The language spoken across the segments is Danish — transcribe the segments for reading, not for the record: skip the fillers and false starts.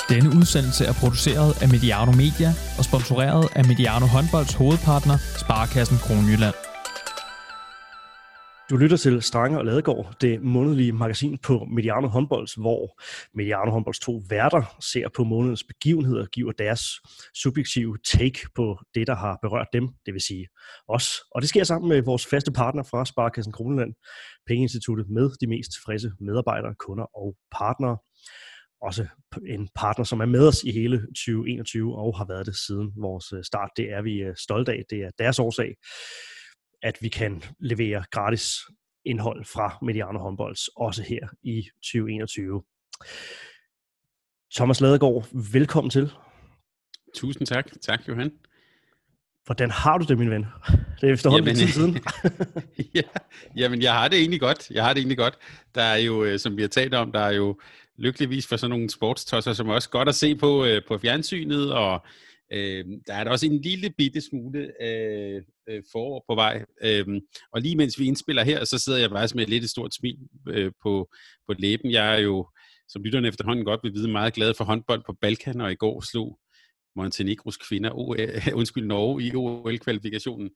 Denne udsendelse er produceret af Mediano Media og sponsoreret af Mediano Håndbolds hovedpartner, Sparekassen Kronjylland. Du lytter til Strange og Ladegaard, det månedlige magasin på Mediano Håndbolds, hvor Mediano Håndbolds to værter ser på månedens begivenheder og giver deres subjektive take på det, der har berørt dem, det vil sige os. Og det sker sammen med vores faste partner fra Sparekassen Kronjylland, Pengeinstituttet med de mest tilfredse medarbejdere, kunder og partnere. Også en partner, som er med os i hele 2021 og har været det siden vores start. Det er vi stolte af. Det er deres årsag, at vi kan levere gratis indhold fra Mediano Håndbolds, også her i 2021. Thomas Ladegaard, velkommen til. Tusind tak. Tak, Johan. Hvordan har du det, min ven? Det er efterhånden lidt tid siden. Jamen, jeg har det egentlig godt. Der er jo, som vi har talt om, der er jo lykkeligvis for sådan nogle sportstosser, som er også godt at se på fjernsynet, og der er der også en lille bitte smule forår på vej. Og lige mens vi indspiller her, så sidder jeg bare med lidt et stort smil på læben. Jeg er jo, som lytterne efterhånden godt vil vide, meget glad for håndbold på Balkan, og i går slog Montenegros kvinder Norge i OL-kvalifikationen.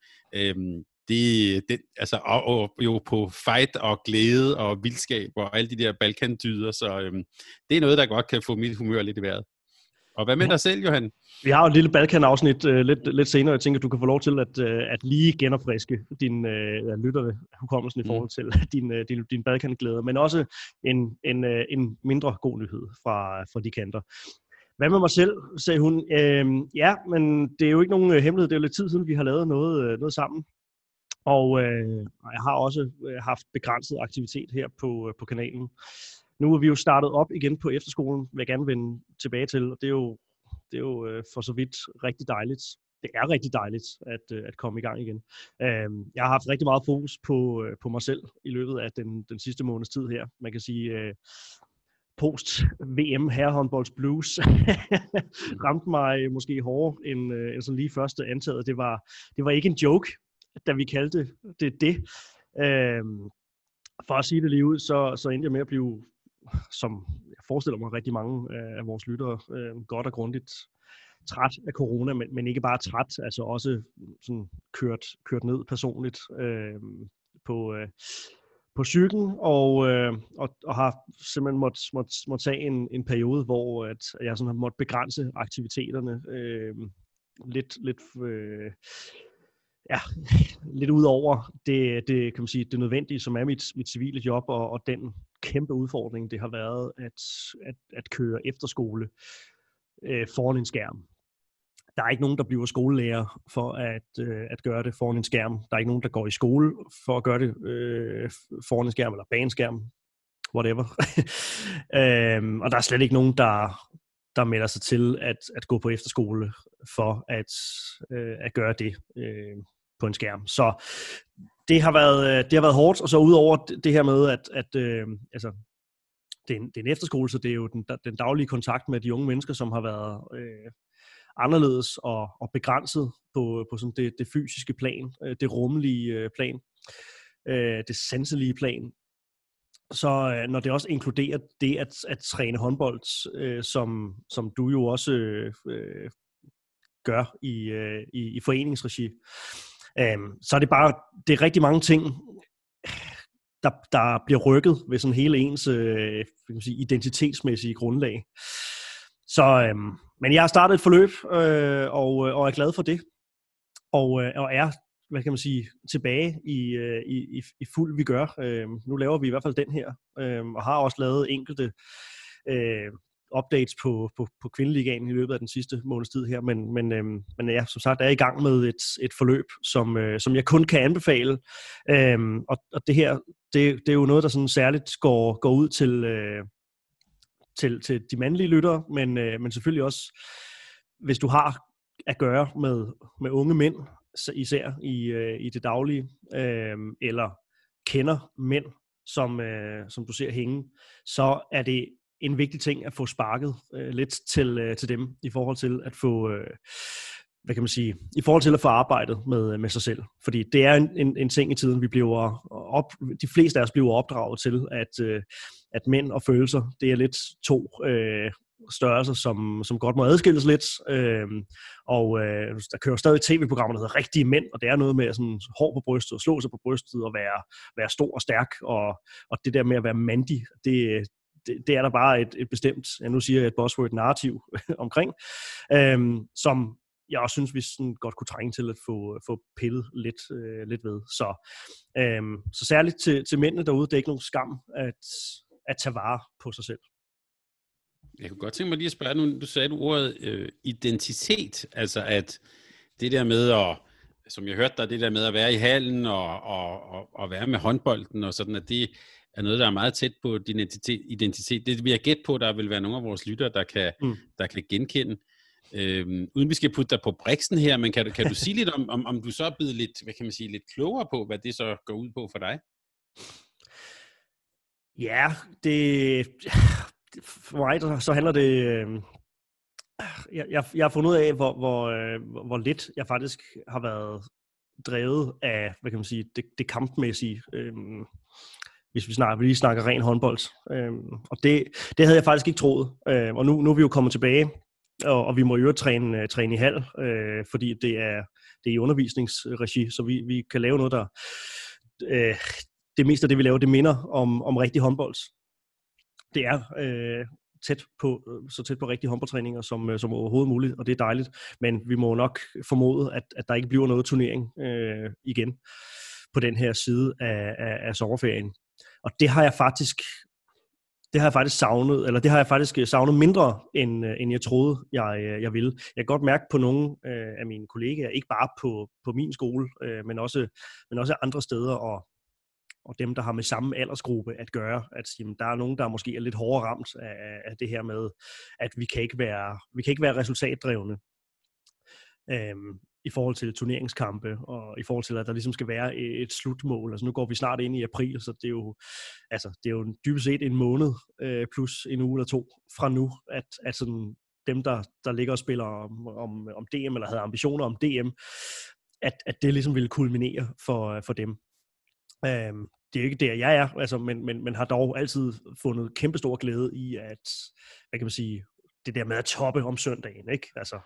Og jo på fight og glæde og vildskab og alle de der Balkan-dyder, så det er noget, der godt kan få mit humør lidt i vejret. Og hvad med dig selv, Johan? Vi har jo et lille Balkan-afsnit lidt senere. Jeg tænker, du kan få lov til at lige genopfriske din lytterne hukommelsen i forhold til din Balkan-glæde, men også en mindre god nyhed fra de kanter. Hvad med mig selv, sagde hun. Ja, men det er jo ikke nogen hemmelighed. Det er jo lidt tid siden, vi har lavet noget sammen. Og jeg har også haft begrænset aktivitet her på kanalen. Nu er vi jo startet op igen på efterskolen, vil jeg gerne vende tilbage til. Og det er jo for så vidt rigtig dejligt. Det er rigtig dejligt at komme i gang igen. Jeg har haft rigtig meget fokus på mig selv i løbet af den sidste måneds tid her. Man kan sige, post-VM herrehåndbolds blues ramte mig måske hårdere end sådan lige første antaget. Det var ikke en joke, da vi kaldte det. For at sige det lige ud, så endte jeg med at blive, som jeg forestiller mig rigtig mange af vores lyttere, godt og grundigt træt af corona, men ikke bare træt, altså også sådan kørt ned personligt på psyken, og har simpelthen måtte tage en periode, hvor at jeg sådan har måttet begrænse aktiviteterne lidt ud over det kan man sige, det nødvendige, som er mit civile job, og den kæmpe udfordring, det har været at køre efterskole foran en skærm. Der er ikke nogen, der bliver skolelærer for at gøre det foran en skærm. Der er ikke nogen, der går i skole for at gøre det foran en skærm, eller bag en skærm, whatever. Og der er slet ikke nogen, der melder sig til at gå på efterskole for at gøre det på en skærm. Så det har været hårdt, og så udover det her med, altså det er en efterskole, så det er jo den daglige kontakt med de unge mennesker, som har været anderledes og begrænset på sådan det fysiske plan, det rummelige plan, det sanselige plan. Så når det også inkluderer det at træne håndbold, som du jo også gør i foreningsregi, så er det er rigtig mange ting, der bliver rykket ved sådan hele ens identitetsmæssige grundlag. Så, men jeg har startet et forløb og er glad for det, og er, hvad kan man sige, tilbage i fuld vigør. Nu laver vi i hvert fald den her, og har også lavet enkelte updates på Kvindeligaen i løbet af den sidste måneds tid her, men ja, som sagt er jeg i gang med et forløb, som jeg kun kan anbefale, og det her, det er jo noget, der sådan særligt går ud til de mandlige lyttere, men selvfølgelig også, hvis du har at gøre med unge mænd, især i det daglige, eller kender mænd, som du ser hænge, så er det en vigtig ting at få sparket lidt til dem i forhold til at få, hvad kan man sige, i forhold til at få arbejdet med sig selv. Fordi det er en ting i tiden, de fleste af os bliver opdraget til, at mænd og følelser, det er lidt to størrelser, som godt må adskilles lidt. Der kører stadig tv-programmer, der hedder Rigtige Mænd, og det er noget med sådan hår på brystet, og slå sig på brystet, og være stor og stærk, og det der med at være mandig, det er der bare et bestemt, nu siger jeg et buzzword-narrativ omkring, som jeg også synes, vi sådan godt kunne trænge til at få pillet lidt ved. Så særligt til mændene derude, det er ikke nogen skam at tage vare på sig selv. Jeg kunne godt tænke mig lige at spørge, nu sagde du ordet identitet, altså at det der med som jeg hørte dig, det der med at være i hallen og være med håndbolden og sådan, at det er noget, der er meget tæt på din identitet. Det vil jeg gætte på, der vil være nogle af vores lyttere, der kan genkende. Uden vi skal putte dig på briksen her, men kan du sige lidt om du så er blevet lidt, hvad kan man sige, lidt klogere på, hvad det så går ud på for dig? Ja, for mig så handler det. Jeg har fundet ud af, hvor lidt jeg faktisk har været drevet af, hvad kan man sige, det kampmæssige. Hvis vi lige snakker ren håndbold. Og det havde jeg faktisk ikke troet. Og nu er vi jo kommet tilbage, og vi må jo træne i hal, fordi det er i undervisningsregi, så vi kan lave noget, der det meste af det, vi laver, det minder om rigtig håndbold. Det er så tæt på rigtige håndboldtræninger som overhovedet muligt, og det er dejligt. Men vi må nok formode, at der ikke bliver noget turnering igen på den her side af sommerferien. Og det har jeg faktisk savnet, eller det har jeg faktisk savnet mindre, end jeg troede, jeg ville. Jeg kan godt mærke på nogle af mine kollegaer, ikke bare på min skole, men også andre steder, og dem, der har med samme aldersgruppe at gøre, at jamen, der er nogen, der måske er lidt hårdere ramt af det her med, at vi kan ikke være resultatdrevne i forhold til turneringskampe, og i forhold til, at der ligesom skal være et slutmål. Altså nu går vi snart ind i april, så det er jo dybest set en måned plus en uge eller to fra nu, at sådan dem, der ligger og spiller om DM, eller havde ambitioner om DM, at det ligesom ville kulminere for dem. Det er ikke der, jeg er, altså, men har dog altid fundet kæmpestor glæde i, at, hvad kan man sige, det der med at toppe om søndagen, ikke? Altså,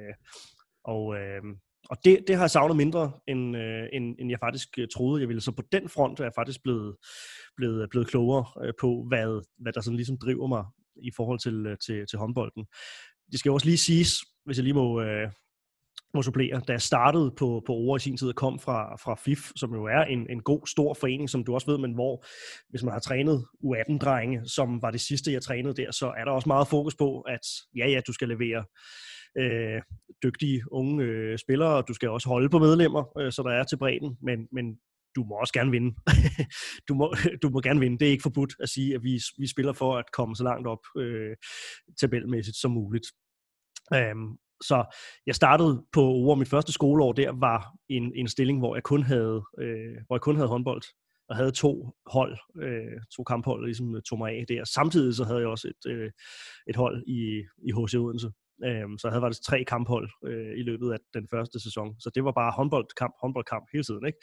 og det har jeg savnet mindre, end jeg faktisk troede, jeg ville. Så på den front er jeg faktisk blevet klogere på, hvad der sådan ligesom driver mig i forhold til håndbolden. Det skal jo også lige siges, hvis jeg lige må supplere, da jeg startede på OR i sin tid og kom fra FIF, som jo er en god, stor forening, som du også ved, men hvor, hvis man har trænet U18-drenge, som var det sidste, jeg trænede der, så er der også meget fokus på, at ja, du skal levere dygtige unge spillere, og du skal også holde på medlemmer, så der er til bredden, men du må også gerne vinde. du må gerne vinde. Det er ikke forbudt at sige, at vi spiller for at komme så langt op tabelmæssigt som muligt. Så jeg startede på OR, mit første skoleår der var en stilling, hvor jeg kun havde håndbold, og havde to kamphold, ligesom tog mig af der. Samtidig så havde jeg også et hold i HC Odense. Så jeg havde faktisk 3 kamphold i løbet af den første sæson. Så det var bare håndboldkamp hele tiden, ikke?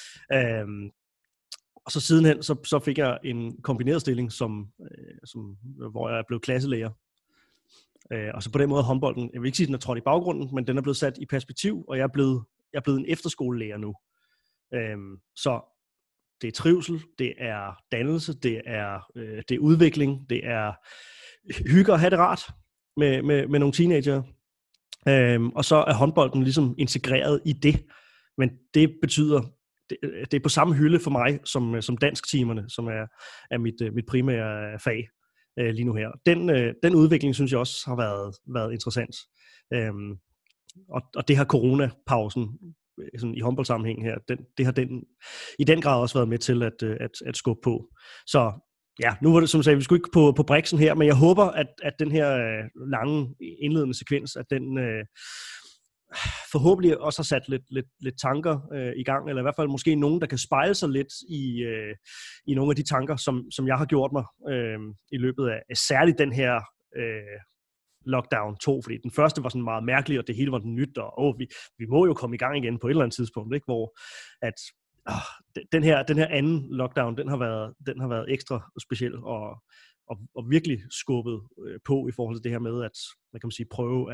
Og så sidenhen, så fik jeg en kombineret stilling, hvor jeg blev klasselærer. Og så på den måde håndbolden, jeg vil ikke sige, at den er trådt i baggrunden, men den er blevet sat i perspektiv, og jeg er blevet en efterskolelærer nu. Så det er trivsel, det er dannelse, det er udvikling, det er hygge at have det rart med nogle teenager. Og så er håndbolden ligesom integreret i det. Men det betyder, det er på samme hylde for mig som dansktimerne, som er mit primære fag lige nu her. Den udvikling synes jeg også har været interessant. Og det har coronapausen sådan i håndboldsammenhæng her, det har den i den grad også været med til at skubbe på. Så ja, nu var det som sagt, vi skulle ikke på briksen her, men jeg håber, at den her lange indledende sekvens, at den forhåbentlig også har sat lidt tanker i gang, eller i hvert fald måske nogen, der kan spejle sig lidt i nogle af de tanker, som jeg har gjort mig i løbet af særligt den her lockdown 2, fordi den første var sådan meget mærkelig, og det hele var nyt, og vi må jo komme i gang igen på et eller andet tidspunkt, ikke? Hvor at den her anden lockdown, den har været ekstra speciel, og og virkelig skubbet på i forhold til det her med, at man kan sige, prøve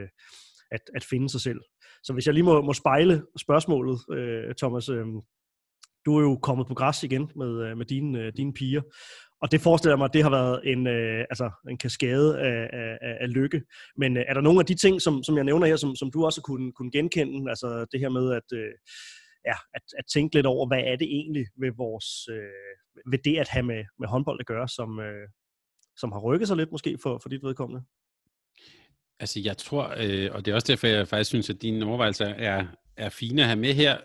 at finde sig selv. Så hvis jeg lige må spejle spørgsmålet, Thomas, du er jo kommet på græs igen med dine piger, og det forestiller mig, at det har været en kaskade af lykke. Men er der nogle af de ting, som jeg nævner her, som du også kunne genkende, altså det her med at tænke lidt over, hvad er det egentlig ved det at have med håndbold at gøre, som har rykket sig lidt måske for dit vedkommende? Altså jeg tror, og det er også derfor, jeg faktisk synes, at dine overvejelser er fine at have med her.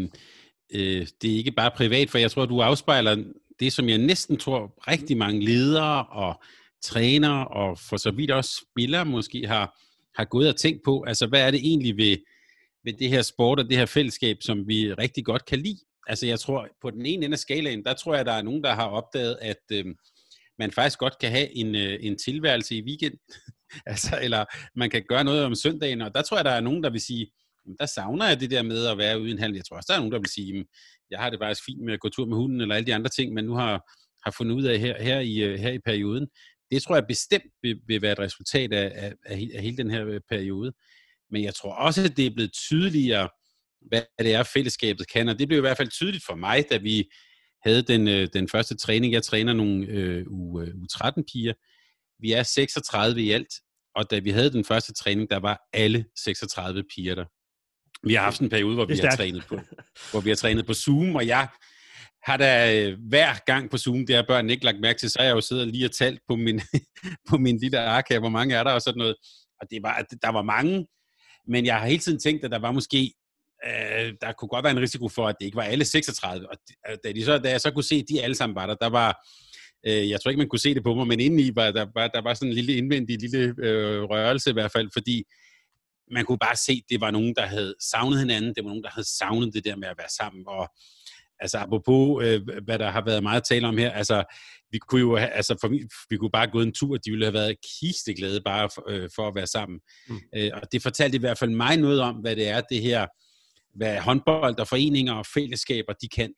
Det er ikke bare privat, for jeg tror, du afspejler det, som jeg næsten tror rigtig mange ledere og trænere og for så vidt også spillere måske har gået og tænkt på. Altså hvad er det egentlig ved det her sport og det her fællesskab, som vi rigtig godt kan lide? Altså jeg tror, på den ene ende af skalaen, der tror jeg, der er nogen, der har opdaget, at man faktisk godt kan have en tilværelse i weekend. Altså, eller man kan gøre noget om søndagen, og der tror jeg, der er nogen, der vil sige, der savner jeg det der med at være ude en halv. Jeg tror også, der er nogen, der vil sige, jeg har det faktisk fint med at gå tur med hunden, eller alle de andre ting, man nu har fundet ud af her i perioden. Det tror jeg bestemt vil være et resultat af hele den her periode. Men jeg tror også, at det er blevet tydeligere, hvad det er, fællesskabet kan, og det blev i hvert fald tydeligt for mig, da vi havde den første træning. Jeg træner nogle U13-piger. Vi er 36 i alt, og da vi havde den første træning, der var alle 36 piger der. Vi har haft en periode, hvor vi har trænet på Zoom, og jeg har da hver gang på Zoom, det har børnene ikke lagt mærke til, så har jeg jo siddet lige og talt på min lille ark her, hvor mange er der og sådan noget. Og der var mange, men jeg har hele tiden tænkt, at der var måske, der kunne godt være en risiko for, at det ikke var alle 36. Og da jeg så kunne se, at de alle sammen var der var, jeg tror ikke, man kunne se det på mig, men indeni der var sådan en lille indvendig lille rørelse i hvert fald, fordi man kunne bare se, at det var nogen, der havde savnet hinanden, det var nogen, der havde savnet det der med at være sammen, og altså apropos, hvad der har været meget at tale om her, altså vi kunne jo vi kunne bare gå en tur, og de ville have været kisteglade bare for at være sammen. Og det fortalte i hvert fald mig noget om, hvad det er, det her, hvad håndbold og foreninger og fællesskaber,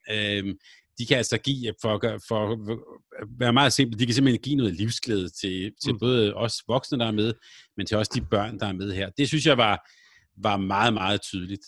de kan altså give, for at være meget simpelt, de kan simpelthen give noget livsglæde til både os voksne, der er med, men til også de børn, der er med her. Det synes jeg var meget, meget tydeligt.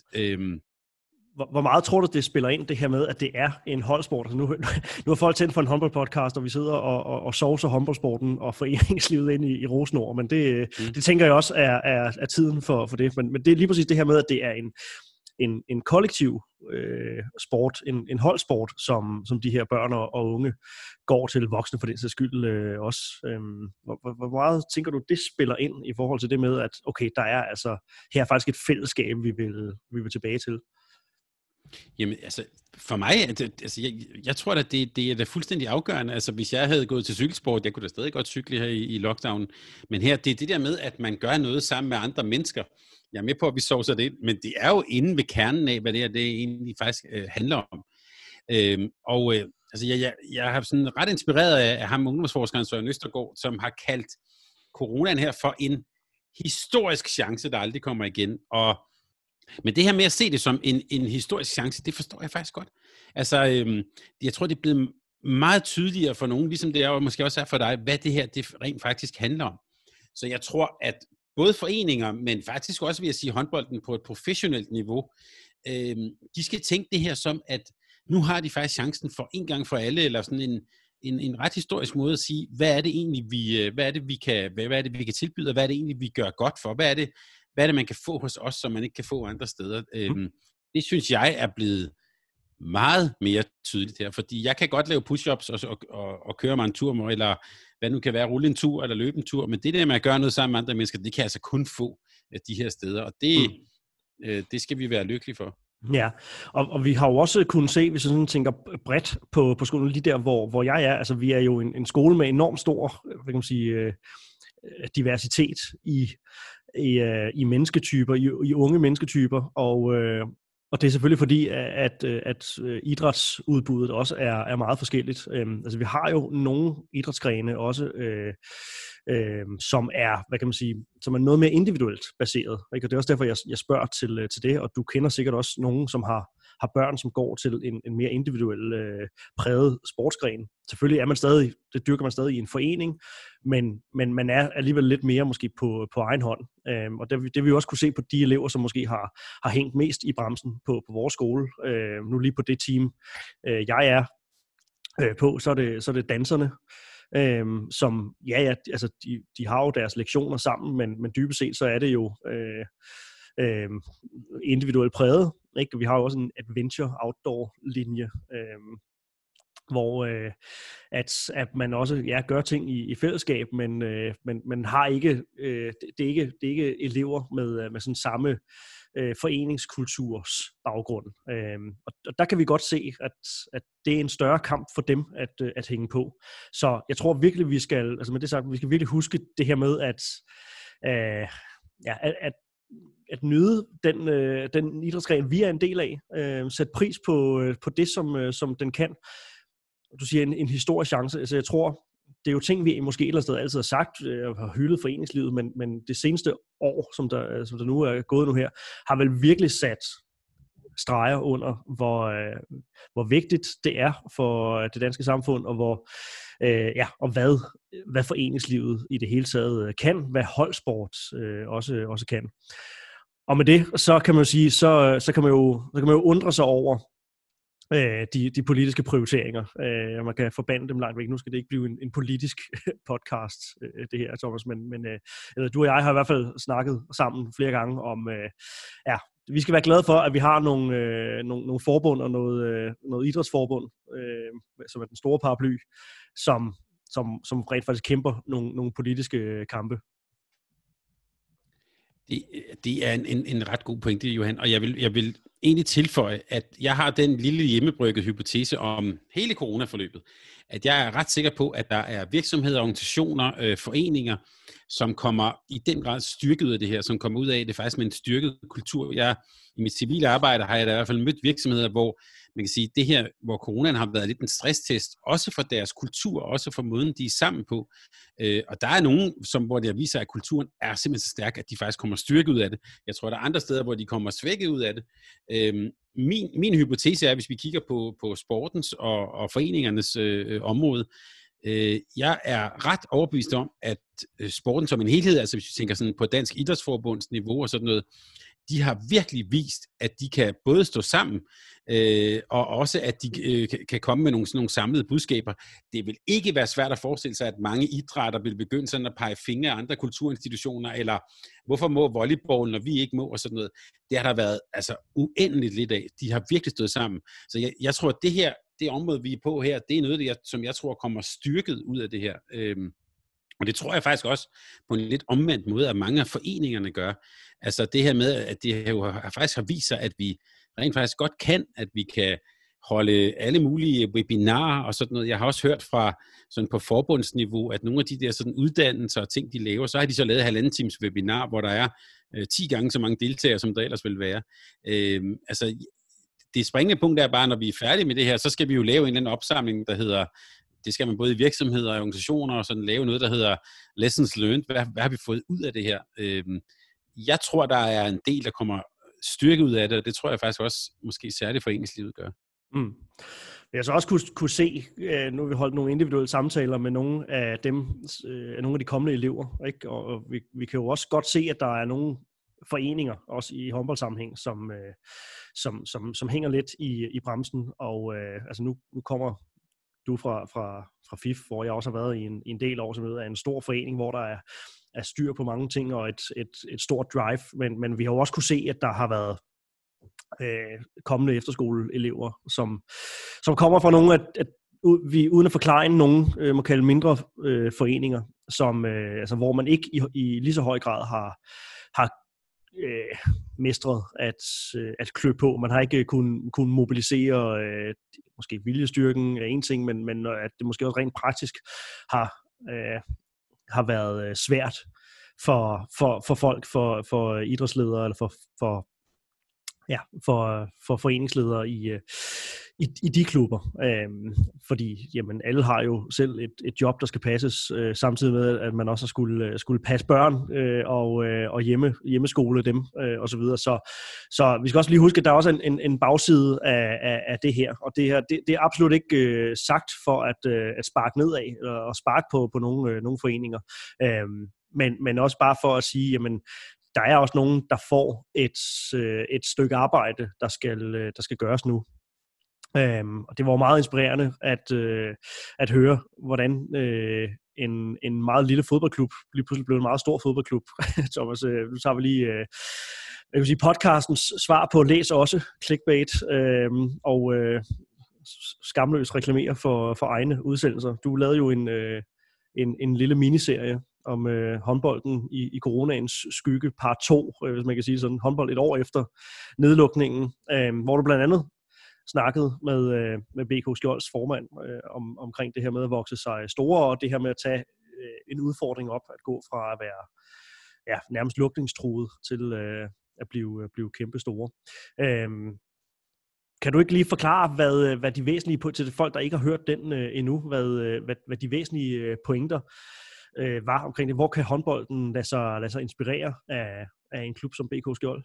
Hvor meget tror du, det spiller ind, det her med, at det er en holdsport? Altså nu har folk tændt for en håndboldpodcast, og vi sidder og sovser håndboldsporten og foreningslivet ind i Rosenord, men det tænker jeg også er tiden for det. Men det er lige præcis det her med, at det er en kollektiv sport, en holdsport, som de her børn og unge går til, voksne for den sags skyld også. Hvor meget tænker du, det spiller ind i forhold til det med, at okay, der er altså her er faktisk et fællesskab, vi vil tilbage til? Jamen, altså, for mig, jeg tror at det er da fuldstændig afgørende. Altså, hvis jeg havde gået til cykelsport, jeg kunne da stadig godt cykle her i lockdown, men her, det er det der med, at man gør noget sammen med andre mennesker. Jeg er med på, at vi sovser det ind, men det er jo inde ved kernen af, hvad det egentlig faktisk handler om. Jeg har sådan ret inspireret af ham, ungdomsforskeren Søren Østergaard, som har kaldt coronaen her for en historisk chance, der aldrig kommer igen. Men det her med at se det som en historisk chance, det forstår jeg faktisk godt. Altså, jeg tror, det er blevet meget tydeligere for nogen, ligesom det er, og måske også er for dig, hvad det her det rent faktisk handler om. Så jeg tror, at både foreninger, men faktisk også vil jeg sige håndbolden på et professionelt niveau, de skal tænke det her som, at nu har de faktisk chancen for en gang for alle, eller sådan en ret historisk måde at sige, hvad er det egentlig, vi kan tilbyde, og hvad er det egentlig, vi gør godt for? Hvad er det, man kan få hos os, som man ikke kan få andre steder? Det synes jeg er blevet meget mere tydeligt her, fordi jeg kan godt lave push-ups og køre mig en tur, eller hvad nu kan være, rulle en tur eller løbe en tur, men det der med at gøre noget sammen med andre mennesker, det kan jeg altså kun få af de her steder, og det skal vi være lykkelige for. Ja, og vi har jo også kunnet se, hvis jeg sådan tænker bredt på skolen, lige der, hvor jeg er, altså vi er jo en skole med enormt stor, hvad kan man sige, diversitet i mennesketyper, i unge mennesketyper, og det er selvfølgelig fordi, at idrætsudbuddet også er meget forskelligt. Altså vi har jo nogle idrætsgrene også, som er, hvad kan man sige, som er noget mere individuelt baseret. Ikke? Og det er også derfor, jeg spørger til det, og du kender sikkert også nogen, som har har børn, som går til en mere individuel præget sportsgren. Selvfølgelig er man stadig, det dyrker man stadig i en forening, men man er alligevel lidt mere måske på egen hånd. Og det vi jo også kunne se på de elever, som måske har hængt mest i bremsen på vores skole. Nu lige på det team, jeg er på, så er det danserne, som, altså de har jo deres lektioner sammen, men dybest set så er det jo individuelt præget, ikke? Vi har jo også en adventure outdoor linje, hvor at man også gør ting i fællesskab, men har ikke det er ikke elever med sådan samme foreningskulturs baggrund. Og der kan vi godt se, at det er en større kamp for dem at hænge på. Så jeg tror virkelig, vi skal, altså med det sagt, vi skal virkelig huske det her med, at nyde den idrætsgren, vi er en del af. Sætte pris på det, som den kan. Du siger en historisk chance. Altså jeg tror, det er jo ting, vi måske et eller andet sted altid har sagt, og har hyldet foreningslivet, men det seneste år, som der nu er gået nu her, har vel virkelig sat streger under, hvor vigtigt det er for det danske samfund, og og hvad foreningslivet i det hele taget kan, hvad holdsport også kan. Og med det, så kan man jo sige, så kan man jo undre sig over de politiske prioriteringer. Man kan forbande dem langt væk. Nu skal det ikke blive en politisk podcast, det her, Thomas, men du og jeg har i hvert fald snakket sammen flere gange om, vi skal være glade for, at vi har nogle forbund og noget idrætsforbund, som er den store paraply, som rent faktisk kæmper nogle politiske kampe. Det er en ret god pointe, Johan, og jeg vil egentlig tilføje, at jeg har den lille hjemmebryggede hypotese om hele coronaforløbet, at jeg er ret sikker på, at der er virksomheder, organisationer, foreninger, som kommer i den grad styrket ud af det her, som kommer ud af det faktisk med en styrket kultur. I mit civile arbejde har jeg da i hvert fald mødt virksomheder, hvor man kan sige, det her, hvor coronaen har været lidt en stresstest, også for deres kultur, også for måden, de er sammen på. Og der er nogen, hvor det viser, at kulturen er simpelthen så stærk, at de faktisk kommer styrket ud af det. Jeg tror, der er andre steder, hvor de kommer svækket ud af det. Min hypotese er, hvis vi kigger på sportens og foreningernes område, jeg er ret overbevist om, at sporten som en helhed, altså hvis vi tænker sådan på Dansk Idrætsforbunds niveau og sådan noget, de har virkelig vist, at de kan både stå sammen, og også at de kan komme med nogle samlede budskaber. Det vil ikke være svært at forestille sig, at mange idrætter vil begynde sådan at pege fingre af andre kulturinstitutioner, eller hvorfor må volleyball, når vi ikke må, og sådan noget. Det har der været altså uendeligt lidt af. De har virkelig stået sammen. Så jeg tror, at det område, vi er på her, det er noget, som jeg tror kommer styrket ud af det her. Og det tror jeg faktisk også på en lidt omvendt måde, at mange af foreningerne gør. Altså det her med, at det jo faktisk har vist sig, at vi rent faktisk godt kan, at vi kan holde alle mulige webinarer og sådan noget. Jeg har også hørt fra sådan på forbundsniveau, at nogle af de der sådan uddannelser og ting, de laver, så har de så lavet 1,5 times webinar, hvor der er 10 gange så mange deltagere, som der ellers vil være. Altså det springende punkt er bare, når vi er færdige med det her, så skal vi jo lave en eller anden opsamling, der hedder, det skal man både i virksomheder og organisationer og sådan lave noget, der hedder lessons learned. Hvad har vi fået ud af det her? Jeg tror, der er en del, der kommer styrket ud af det, og det tror jeg faktisk også måske særligt foreningslivet gør. Mm. Jeg så også kunne se, nu har vi holdt nogle individuelle samtaler med nogle af nogle af de kommende elever, ikke? Og vi kan jo også godt se, at der er nogle foreninger, også i håndboldsammenhæng, som hænger lidt i bremsen, og altså nu kommer du fra FIF, hvor jeg også har været i en del år, som er en stor forening, hvor der er styr på mange ting og et stort drive, men vi har jo også kunne se, at der har været kommende efterskoleelever, som kommer fra nogle af vi uden at forklare nogen må kalde mindre foreninger, som altså hvor man ikke i lige så høj grad har mestret at klø på. Man har ikke kunnet mobilisere måske viljestyrken er en ting, men at det måske også rent praktisk har været svært for folk, for idrætsledere eller for for foreningsledere i de klubber. Fordi jamen, alle har jo selv et job, der skal passes, samtidig med, at man også skulle passe børn og hjemmeskole dem og så videre. Så vi skal også lige huske, at der er også en bagside af det her. Og det her, det er absolut ikke sagt for at sparke nedad og sparke på nogle foreninger. Men også bare for at sige, jamen, der er også nogen, der får et stykke arbejde, der skal gøres nu. Og det var meget inspirerende at høre, hvordan en meget lille fodboldklub lige pludselig blev en meget stor fodboldklub. Thomas, nu tager vi lige jeg kan sige, podcastens svar på læs også, clickbait, og skamløs reklamere for egne udsendelser. Du lavede jo en lille miniserie om håndbolden i coronaens skygge, part 2, hvis man kan sige sådan, håndbold et år efter nedlukningen, hvor du blandt andet snakkede med BK Skjolds formand omkring det her med at vokse sig store, og det her med at tage en udfordring op, at gå fra at være nærmest lukningstruet til at blive kæmpe store. Kan du ikke lige forklare, hvad de væsentlige, til folk, der ikke har hørt den endnu, hvad de væsentlige pointer var omkring det? Hvor kan håndbolden lade sig inspirere af en klub som BK Skjold?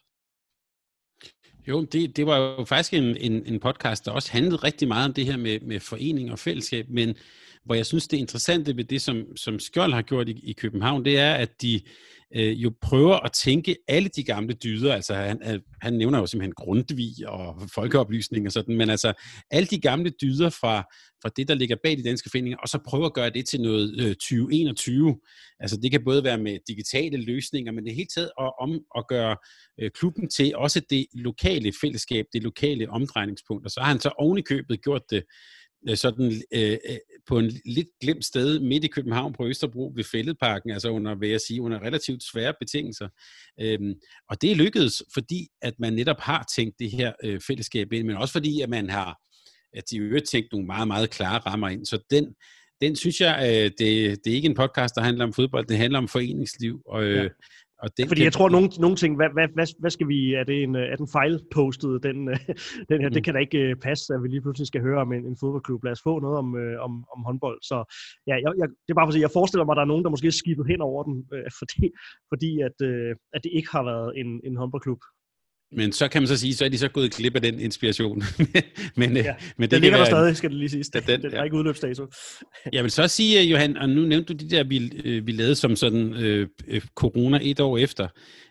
Jo, det var jo faktisk en podcast, der også handlede rigtig meget om det her med forening og fællesskab, men hvor jeg synes, det interessante ved det, som Skjold har gjort i København, det er, at de jo prøver at tænke alle de gamle dyder, altså han nævner jo simpelthen Grundtvig og folkeoplysning og sådan, men altså alle de gamle dyder fra det, der ligger bag de danske foreninger, og så prøver at gøre det til noget 2021. Altså det kan både være med digitale løsninger, men det hele taget om at gøre klubben til også det lokale fællesskab, det lokale omdrejningspunkt, og så har han så oven i købet gjort det sådan på en lidt glemt sted midt i København på Østerbro ved Fælledparken, altså under relativt svære betingelser. Og det er lykkedes, fordi at man netop har tænkt det her fællesskab ind, men også fordi at man har de øvrigt tænkt nogle meget, meget klare rammer ind. Så den synes jeg, det er ikke en podcast, der handler om fodbold, det handler om foreningsliv. Og fordi jeg tror, nogle ting, hvad skal vi, er den fejlpostet, den her, det kan da ikke passe, at vi lige pludselig skal høre om en fodboldklub. Lad os få noget om håndbold. Så ja, det er bare for at sige, jeg forestiller mig, at der er nogen, der måske er skibet hen over den, fordi at det ikke har været en håndboldklub. Men så kan man så sige, så er de så gået glip af den inspiration. men det ligger der stadig, skal det lige siges. Den er ikke udløbsdato. Jeg vil så sige, Johan, og nu nævnte du de der, vi lavede som sådan corona et år efter.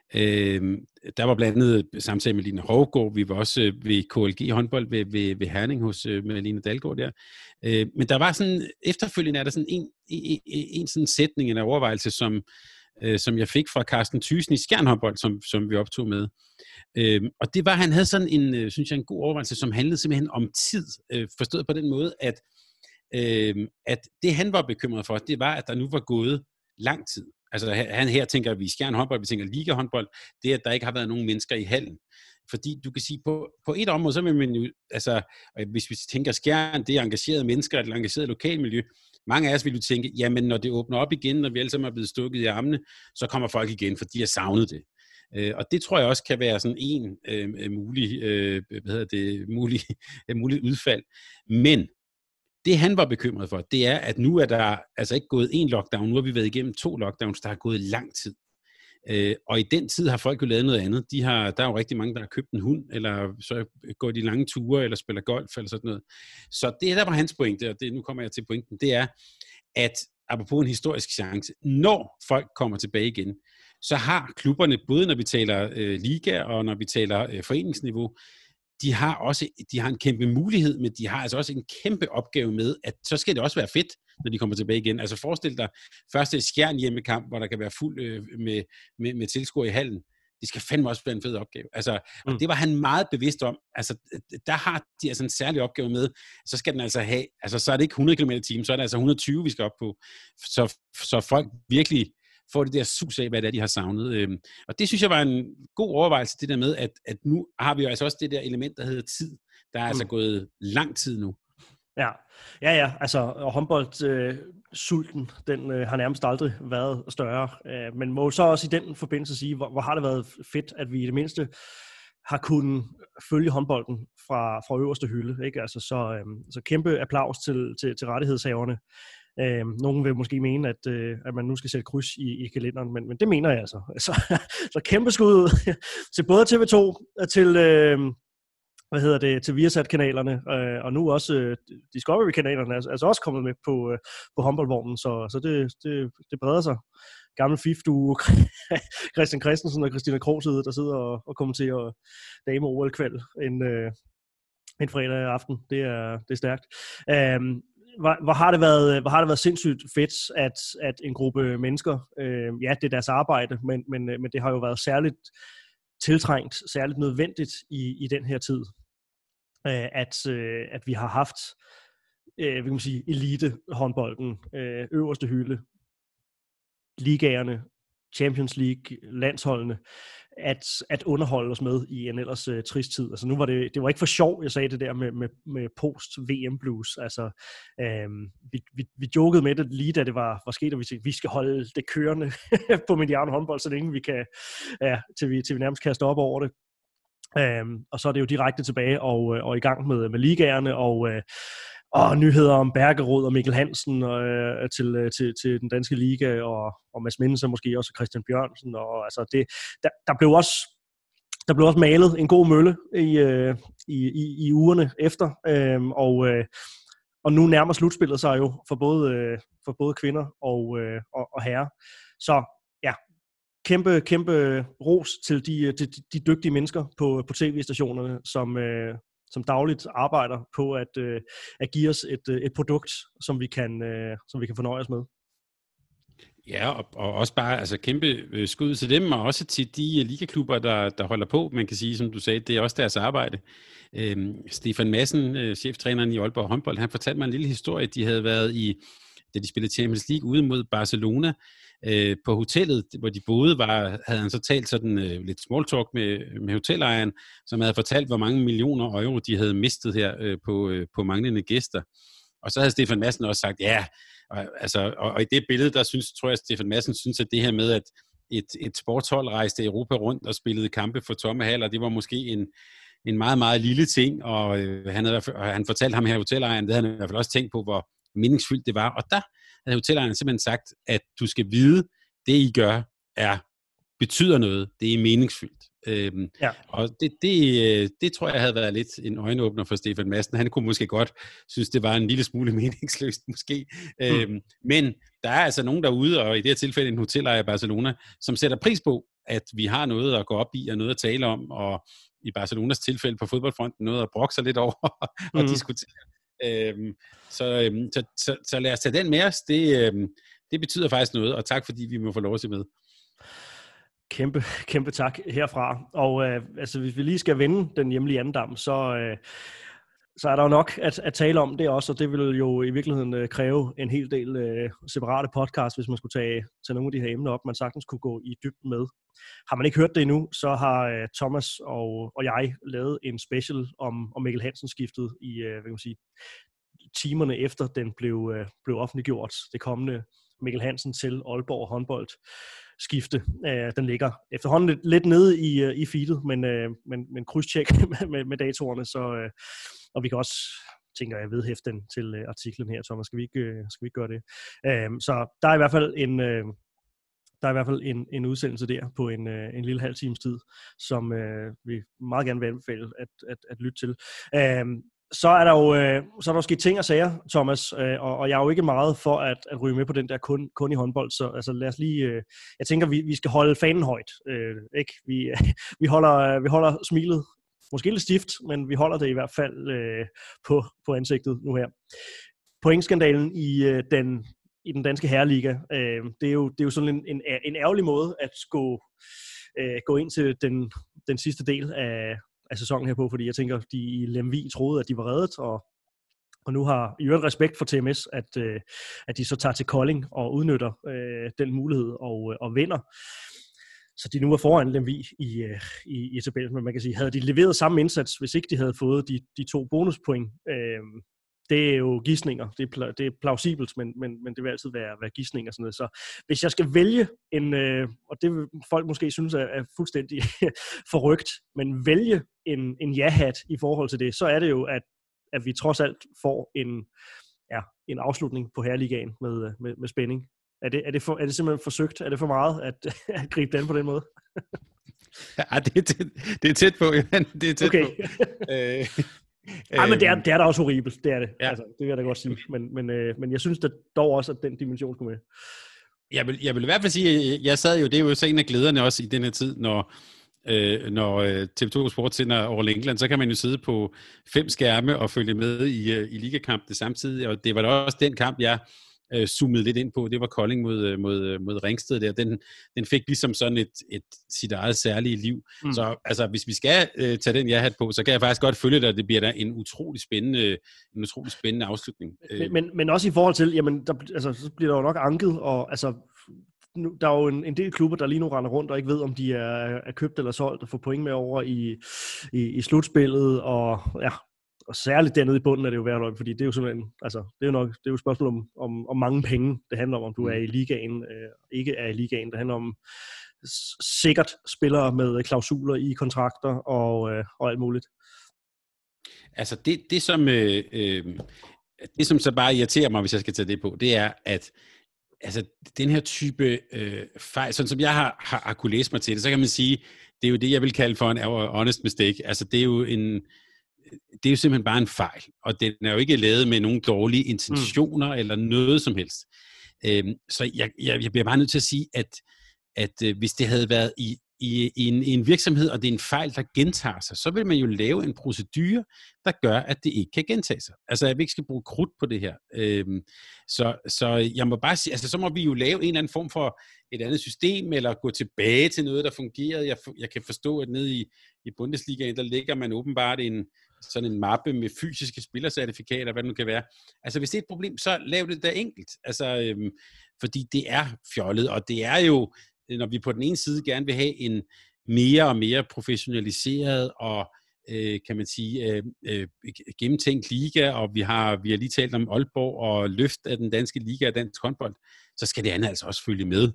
Der var blandt andet samtale med Line Hovgaard, vi var også ved KLG håndbold ved Herning hos Line Dalgaard der. Men der var sådan, efterfølgende er der sådan en sådan sætning, en overvejelse, som jeg fik fra Carsten Thyssen i Skjern håndbold, som vi optog med. Og det var, han havde sådan en, synes jeg, en god overvejelse, som handlede simpelthen om tid, forstået på den måde, at det han var bekymret for, det var, at der nu var gået lang tid. Altså han her tænker, at vi i Skjern håndbold, vi tænker liga håndbold, det er, at der ikke har været nogen mennesker i hallen. Fordi du kan sige, på et område, så vil man jo, altså hvis vi tænker Skjern, det er engagerede mennesker, et engageret lokalmiljø. Mange af os vil jo tænke, jamen når det åbner op igen, når vi alle sammen er blevet stukket i armene, så kommer folk igen, for de har savnet det. Og det tror jeg også kan være sådan en mulig udfald. Men det han var bekymret for, det er, at nu er der altså ikke gået en lockdown, nu har vi været igennem 2 lockdowns, der har gået lang tid. Og i den tid har folk jo lavet noget andet. Der er jo rigtig mange, der har købt en hund, eller så går de lange ture, eller spiller golf, eller sådan noget. Så det der var hans pointe, og nu kommer jeg til pointen, det er, at apropos en historisk chance, når folk kommer tilbage igen, så har klubberne, både når vi taler liga, og når vi taler foreningsniveau, de har en kæmpe mulighed, men de har altså også en kæmpe opgave med, at så skal det også være fedt, når de kommer tilbage igen. Altså forestil dig første Skjern hjemmekamp, hvor der kan være fuld med tilskuere i hallen. Det skal fandme også være en fed opgave. Altså, og det var han meget bevidst om. Altså, der har de altså en særlig opgave med. Så skal den altså have, altså så er det ikke 100 km i timen, så er det altså 120, vi skal op på. Så folk virkelig får det der sus af, hvad det er, de har savnet. Og det synes jeg var en god overvejelse, det der med, at nu har vi jo altså også det der element, der hedder tid. Der er altså gået lang tid nu. Ja, altså håndboldsulten, den har nærmest aldrig været større. Men må så også i den forbindelse sige, hvor har det været fedt, at vi i det mindste har kunnet følge håndbolden fra øverste hylde. Ikke? Altså, så kæmpe applaus til rettighedshaverne. Nogen vil måske mene, at man nu skal sætte kryds i kalenderen, men det mener jeg altså. Så kæmpe skud til både TV2 og til Viasat-kanalerne, og nu også Discovery-kanalerne er altså også kommet med på håndboldvognen, så det breder sig. Gammel FIF-duo, Christian Christensen og Christina Krogside, der sidder og kommenterer dame-OL-kval en fredag aften. Det er stærkt. Hvor har det været sindssygt fedt, at en gruppe mennesker, ja, det er deres arbejde, men det har jo været særligt tiltrængt, særligt nødvendigt i den her tid, at vi har haft, hvad kan man sige, elite-håndbolden, øverste hylde, ligaerne, Champions League, landsholdene, at underholde os med i en ellers trist tid. Altså nu var det var ikke for sjov, jeg sagde det der med post-VM blues. Altså, vi jokede med det lige da det var sket, og vi skal holde det kørende på Mediano håndbold, så længe vi kan, ja, til vi nærmest kaster op over det. Og så er det jo direkte tilbage og i gang med ligaerne, og nyheder om Bergerud og Mikkel Hansen til den danske liga, og Mads Mindelsen måske også, og Christian Bjørnsen, og altså der blev også malet en god mølle i ugerne efter, og nu nærmer slutspillet sig jo for både kvinder og herrer. Så ja, kæmpe ros til de dygtige mennesker på tv-stationerne, som dagligt arbejder på at give os et produkt, som vi kan fornøje os med. Ja, og også bare altså kæmpe skud til dem, og også til de ligaklubber, der holder på. Man kan sige, som du sagde, det er også deres arbejde. Stefan Madsen, cheftræneren i Aalborg håndbold, han fortalte mig en lille historie. De havde været da de spillede Champions League ude mod Barcelona, på hotellet, hvor de boede, havde han så talt sådan lidt small talk med hotelejeren, som havde fortalt, hvor mange millioner euro de havde mistet her på manglende gæster. Og så havde Stefan Madsen også sagt, ja, og i det billede, tror jeg, at Stefan Madsen synes, at det her med, at et sportshold rejste Europa rundt og spillede kampe for tomme haller, det var måske en meget, meget lille ting, og han fortalte ham her hotelejeren, det havde han i hvert fald også tænkt på, hvor meningsfyldt det var, og der havde hotelejeren simpelthen sagt, at du skal vide, det I gør betyder noget, det er meningsfyldt. Ja. Og det tror jeg havde været lidt en øjenåbner for Stefan Madsen. Han kunne måske godt synes, det var en lille smule meningsløst måske. Men der er altså nogen derude, og i det her tilfælde en hotelejer i Barcelona, som sætter pris på, at vi har noget at gå op i og noget at tale om, og i Barcelonas tilfælde på fodboldfronten noget at brokke sig lidt over og diskutere. Så lad os tage den med os. Det betyder faktisk noget, og tak fordi vi må få lov at se med. Kæmpe tak herfra. Og altså, hvis vi lige skal vende den hjemlige andendam, så er der jo nok at tale om det også, og det vil jo i virkeligheden kræve en hel del separate podcast, hvis man skulle tage nogle af de her emner op, man sagtens kunne gå i dybden med. Har man ikke hørt det endnu, så har Thomas og jeg lavet en special om Mikkel Hansen skiftet i, hvad kan man sige, timerne efter den blev offentliggjort, det kommende Mikkel Hansen til Aalborg håndbold skifte. Den ligger efterhånden lidt nede i feedet, men krydstjek med datorerne, så, og vi kan også, tænker jeg, vedhæfte den til artiklen her, Thomas. Skal vi ikke gøre det? Så der er i hvert fald en udsendelse der på en lille halv times tid, som vi meget gerne vil anbefale at lytte til. Så er der sket ting og sager, Thomas, og jeg er jo ikke meget for at ryge med på den der kun i håndbold, så altså lad os lige, jeg tænker, vi skal holde fanen højt, ikke? Vi holder smilet, måske lidt stift, men vi holder det i hvert fald på ansigtet nu her. Pointskandalen i den danske herreliga, det er jo sådan en ærgerlig måde at gå ind til den sidste del af sæsonen her på, fordi jeg tænker, de i Lemvig troede, at de var reddet, og nu har i øvrigt respekt for TMS, at de så tager til Kolding og udnytter den mulighed og vinder. Så de nu er foran Lemvig i tabellen, men man kan sige, havde de leveret samme indsats, hvis ikke de havde fået de 2 bonuspoint, det er jo gidsninger. Det er plausibelt, men det vil altid være gidsninger. Sådan noget. Så hvis jeg skal vælge og det vil folk måske synes er fuldstændig forrygt, men vælge en ja-hat i forhold til det, så er det jo, at vi trods alt får en afslutning på Herreligaen med spænding. Er det simpelthen forsøgt? Er det for meget at gribe det an på den måde? Ja, det er tæt på, Johan. Det er tæt på. Nej, men det er da også horribelt, det er det. Ja. Altså, det vil jeg da godt sige. Men jeg synes da dog også, at den dimension skulle med. Jeg vil i hvert fald sige, at jeg sad jo, det er jo så en af glæderne også i den her tid, når TV2 Sport sender over England, så kan man jo sidde på 5 skærme og følge med i ligakampen samtidig, og det var da også den kamp, jeg zoomede lidt ind på. Det var Kolding mod Ringsted der. Den fik ligesom sådan et sit eget særlige liv. Så altså, hvis vi skal tage den ja-hat på, så kan jeg faktisk godt følge dig, at det bliver da en utrolig spændende afslutning. Men også i forhold til, jamen, så bliver der jo nok anket, og altså, der er jo en del klubber, der lige nu render rundt og ikke ved, om de er købt eller solgt og får point med over i slutspillet, og ja, og særligt dernede i bunden er det jo hvert år, fordi det er jo simpelthen, altså, det er jo et spørgsmål om mange penge. Det handler om du er i ligaen, ikke er i ligaen. Det handler om sikkert spillere med klausuler i kontrakter og alt muligt. Altså det som så bare irriterer mig, hvis jeg skal tage det på, det er, at altså, den her type fejl, sådan som jeg har kunne læse mig til det, så kan man sige, det er jo det, jeg vil kalde for en honest mistake. Altså, det er jo simpelthen bare en fejl, og den er jo ikke lavet med nogen dårlige intentioner eller noget som helst. Så jeg bliver bare nødt til at sige, at hvis det havde været i en virksomhed, og det er en fejl, der gentager sig, så vil man jo lave en procedure, der gør, at det ikke kan gentage sig. Altså, at vi ikke skal bruge krudt på det her. Så jeg må bare sige, altså, så må vi jo lave en eller anden form for et andet system, eller gå tilbage til noget, der fungerede. Jeg kan forstå, at nede i Bundesligaen, der ligger man åbenbart sådan en mappe med fysiske spillercertifikater, hvad det nu kan være. Altså, hvis det er et problem, så lav det da enkelt. Altså, fordi det er fjollet, og det er jo, når vi på den ene side gerne vil have en mere og mere professionaliseret og kan man sige gennemtænkt liga, og vi har lige talt om Aalborg og løft af den danske liga og dansk håndbold, så skal det andet altså også følge med.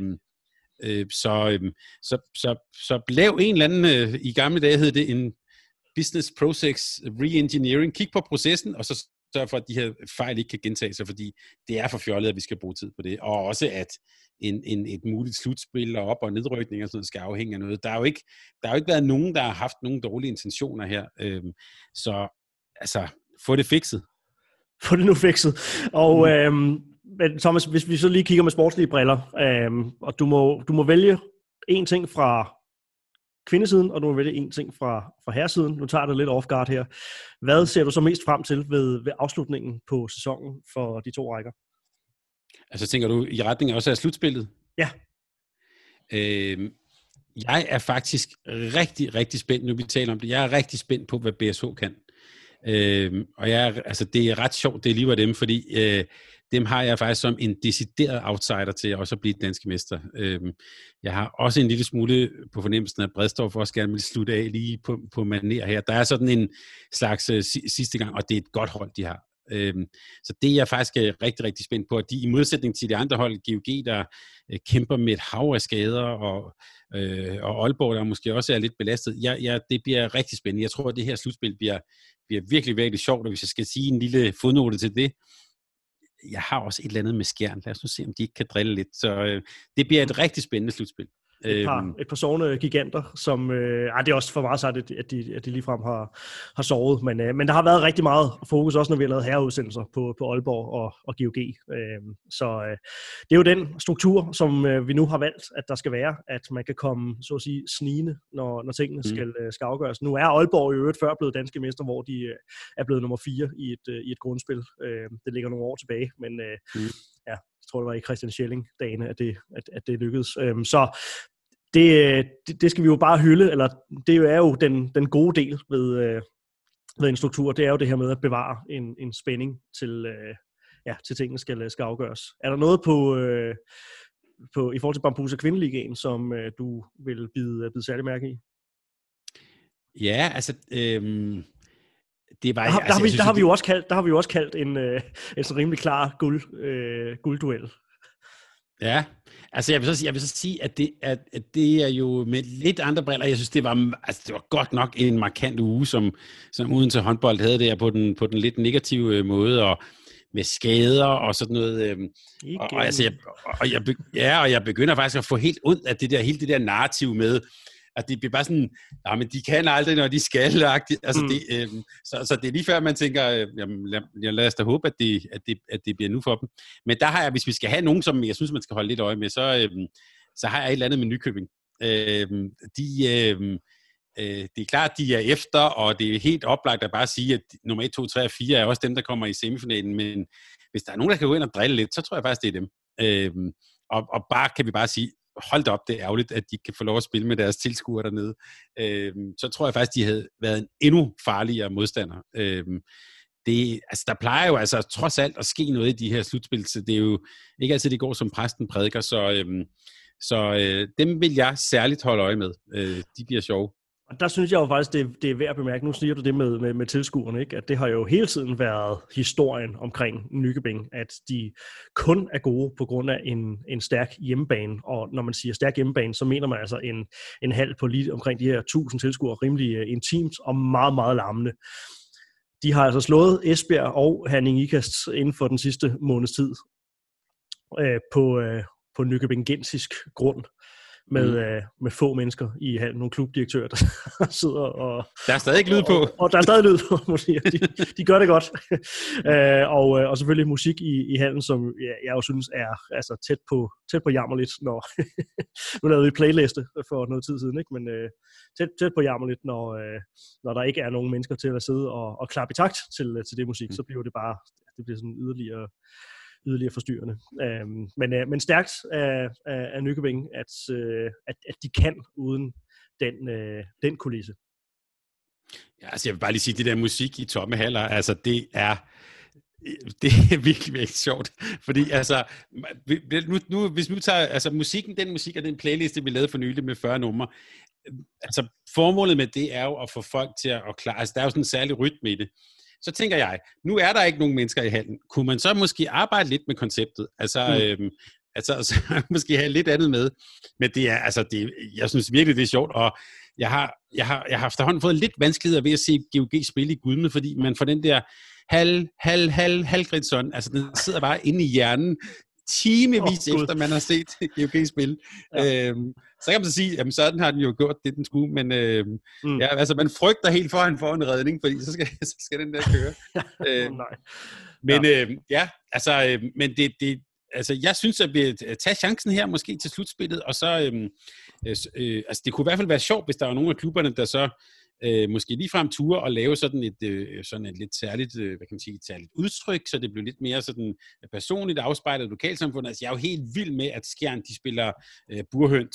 Så lav en eller anden, i gamle dage hed det en business process re-engineering, kig på processen, og så sørg for, at de her fejl ikke kan gentage sig, fordi det er for fjollet, at vi skal bruge tid på det. Og også, at et muligt slutspil og op- og nedrykning og sådan noget skal afhænge af noget. Der har jo ikke været nogen, der har haft nogle dårlige intentioner her. Så altså, få det fikset. Få det nu fikset. Og men Thomas, hvis vi så lige kigger med sportslige briller, og du må vælge en ting fra kvindesiden, og du må vælge en ting fra herresiden. Nu tager det lidt off guard her. Hvad ser du så mest frem til ved afslutningen på sæsonen for de 2 rækker? Altså tænker du i retning også af slutspillet? Ja. Jeg er faktisk rigtig, rigtig spændt, nu vi taler om det. Jeg er rigtig spændt på, hvad BSH kan. Og det er ret sjovt, det er lige af dem, fordi dem har jeg faktisk som en decideret outsider til også at blive danske mester. Jeg har også en lille smule på fornemmelsen, at Bredstorff også gerne vil slutte af lige på manér her. Der er sådan en slags sidste gang, og det er et godt hold, de har. Så det er jeg faktisk rigtig, rigtig spændt på, at de i modsætning til de andre hold, GOG, der kæmper med et hav af skader, og Aalborg, der måske også er lidt belastet, det bliver rigtig spændende. Jeg tror, at det her slutspil bliver virkelig, virkelig sjovt, og hvis jeg skal sige en lille fodnote til det, jeg har også et eller andet med Skjern. Lad os nu se, om de ikke kan drille lidt. Så det bliver et rigtig spændende slutspil. Et par sovende giganter, som det er også for meget sagt, at de ligefrem har sovet, men der har været rigtig meget fokus, også når vi har lavet herreudsendelser på Aalborg og GOG. Så det er jo den struktur, som vi nu har valgt, at der skal være, at man kan komme, så at sige, snigende, når tingene skal afgøres. Nu er Aalborg i øvrigt før blevet danske mester, hvor de er blevet nummer 4 i et grundspil. Det ligger nogle år tilbage, men ja, jeg tror, det var i Christian Schelling-dagene, at det lykkedes. Så det skal vi jo bare hylde, eller det er jo den gode del ved en struktur, det er jo det her med at bevare en spænding til tingene skal afgøres. Er der noget på i forhold til Bambuser Kvindeligaen, som du vil bide særlig mærke i? Ja, altså det var... Der har vi jo også kaldt en så rimelig klar guldduel. Ja, altså jeg vil så sige, at det er jo med lidt andre briller. Jeg synes, det var godt nok en markant uge, som Odense håndbold havde der på den lidt negative måde, og med skader og sådan noget. Og jeg begynder faktisk at få helt ondt af hele det der narrativ med, at det bliver bare sådan, men de kan aldrig, når de skal. Altså så det er lige før, man tænker, lad os da håbe, at det bliver nu for dem. Men der har jeg, hvis vi skal have nogen, som jeg synes, man skal holde lidt øje med, så har jeg et eller andet med Nykøbing. Det er klart, de er efter, og det er helt oplagt at bare sige, at nummer 1, 2, 3 og 4 er også dem, der kommer i semifinalen. Men hvis der er nogen, der kan gå ind og drille lidt, så tror jeg faktisk, det er dem. Og bare kan vi bare sige, hold da op, det er ærgerligt, at de kan få lov at spille med deres tilskuere dernede. Så tror jeg faktisk, de havde været en endnu farligere modstander. Der plejer jo altså trods alt at ske noget i de her slutspil, så det er jo ikke altid, det går som præsten prædiker, så dem vil jeg særligt holde øje med. De bliver sjove. Og der synes jeg jo faktisk, det er værd at bemærke, nu siger du det med tilskuerne, ikke? At det har jo hele tiden været historien omkring Nykøbing, at de kun er gode på grund af en stærk hjemmebane, og når man siger stærk hjemmebane, så mener man altså en hal på lige omkring de her 1000 tilskuere, rimelig intimt og meget, meget larmende. De har altså slået Esbjerg og Herning Ikast inden for den sidste måneds tid på nykøbingensisk grund. Med få mennesker i hallen, nogle klubdirektører, der sidder og... Der er stadig lyd på. Og der er stadig lyd på, måske. De gør det godt. Og selvfølgelig musik i hallen, som jeg jo synes er altså, tæt på jammerligt, når... Nu lavede vi playliste for noget tid siden, ikke? Men tæt på jammerligt, når der ikke er nogen mennesker til at sidde og klappe i takt til det musik, så bliver det bare... Det bliver sådan yderligere forstyrrende. Men stærkt af Nykøbing, at de kan uden den kulisse. Ja, altså jeg vil bare lige sige, det der musik i tomme haller, altså det er virkelig, virkelig sjovt. Fordi altså, hvis vi tager altså den musik og den playliste, vi lavede for nylig med 40 numre, altså formålet med det er jo at få folk til at klare, altså der er jo sådan en særlig rytme i det. Så tænker jeg, nu er der ikke nogen mennesker i hallen. Kunne man så måske arbejde lidt med konceptet? Altså måske have lidt andet med. Men det er, jeg synes virkelig, det er sjovt, og jeg har efterhånden fået lidt vanskeligheder ved at se GOG spille i Gudme, fordi man får den der halvgridsånd, altså den sidder bare inde i hjernen, timevis efter man har set GOG spille. Ja. Så kan man så sige, jamen sådan har den jo gjort det, den skulle, men ja, altså man frygter helt for, at han får en redning, fordi så skal den der køre. Men det altså jeg synes, at vi tager chancen her måske til slutspillet, og så altså det kunne i hvert fald være sjovt, hvis der var nogle af klubberne, der så måske ligefrem ture og lave sådan et lidt særligt, hvad kan man sige, et særligt udtryk, så det blev lidt mere sådan personligt afspejlet af lokalsamfundet. Altså jeg er jo helt vild med, at Skjern, de spiller burhøns,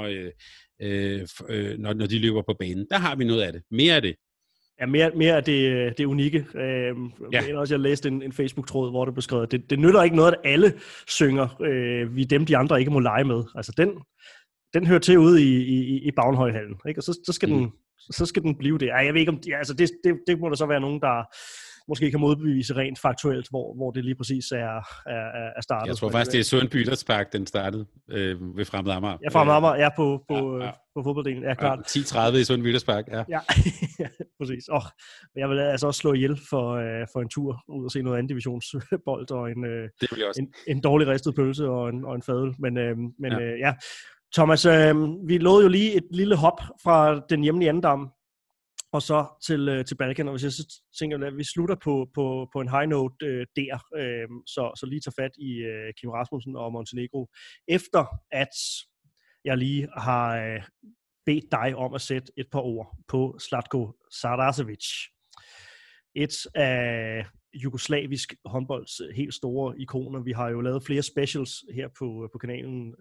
når de løber på banen. Der har vi noget af det. Mere af det. Ja, mere af det unikke. Jeg også, jeg læste en Facebook-tråd, hvor det blev skrevet, det nytter ikke noget, at alle synger, vi dem, de andre ikke må lege med. Altså den hører til ude i Bavnhøjhallen, ikke? Og så skal den blive det. Jeg ved ikke om, altså det må der så være nogen, der måske kan modbevise rent faktuelt, hvor det lige præcis er startet. Jeg tror faktisk, det er Sundby Idrætspark, den startede ved Fremad Amager. Ja, Fremad Amager, ja, på fodbolddelen, ja, klart. 10:30 i Sundby Idrætspark, ja. Ja, præcis. Jeg vil altså også slå ihjel for en tur ud og se noget anden divisionsbold og en dårlig ristet pølse og en fadøl. Men ja. Thomas, vi lovede jo lige et lille hop fra den hjemlige andendam og så til Balkan, og hvis jeg så tænker, at vi slutter på en high note der, så lige tager fat i Kim Rasmussen og Montenegro, efter at jeg lige har bedt dig om at sætte et par ord på Zlatko Sarasevic. Et af jugoslavisk håndbolds helt store ikoner. Vi har jo lavet flere specials her på kanalen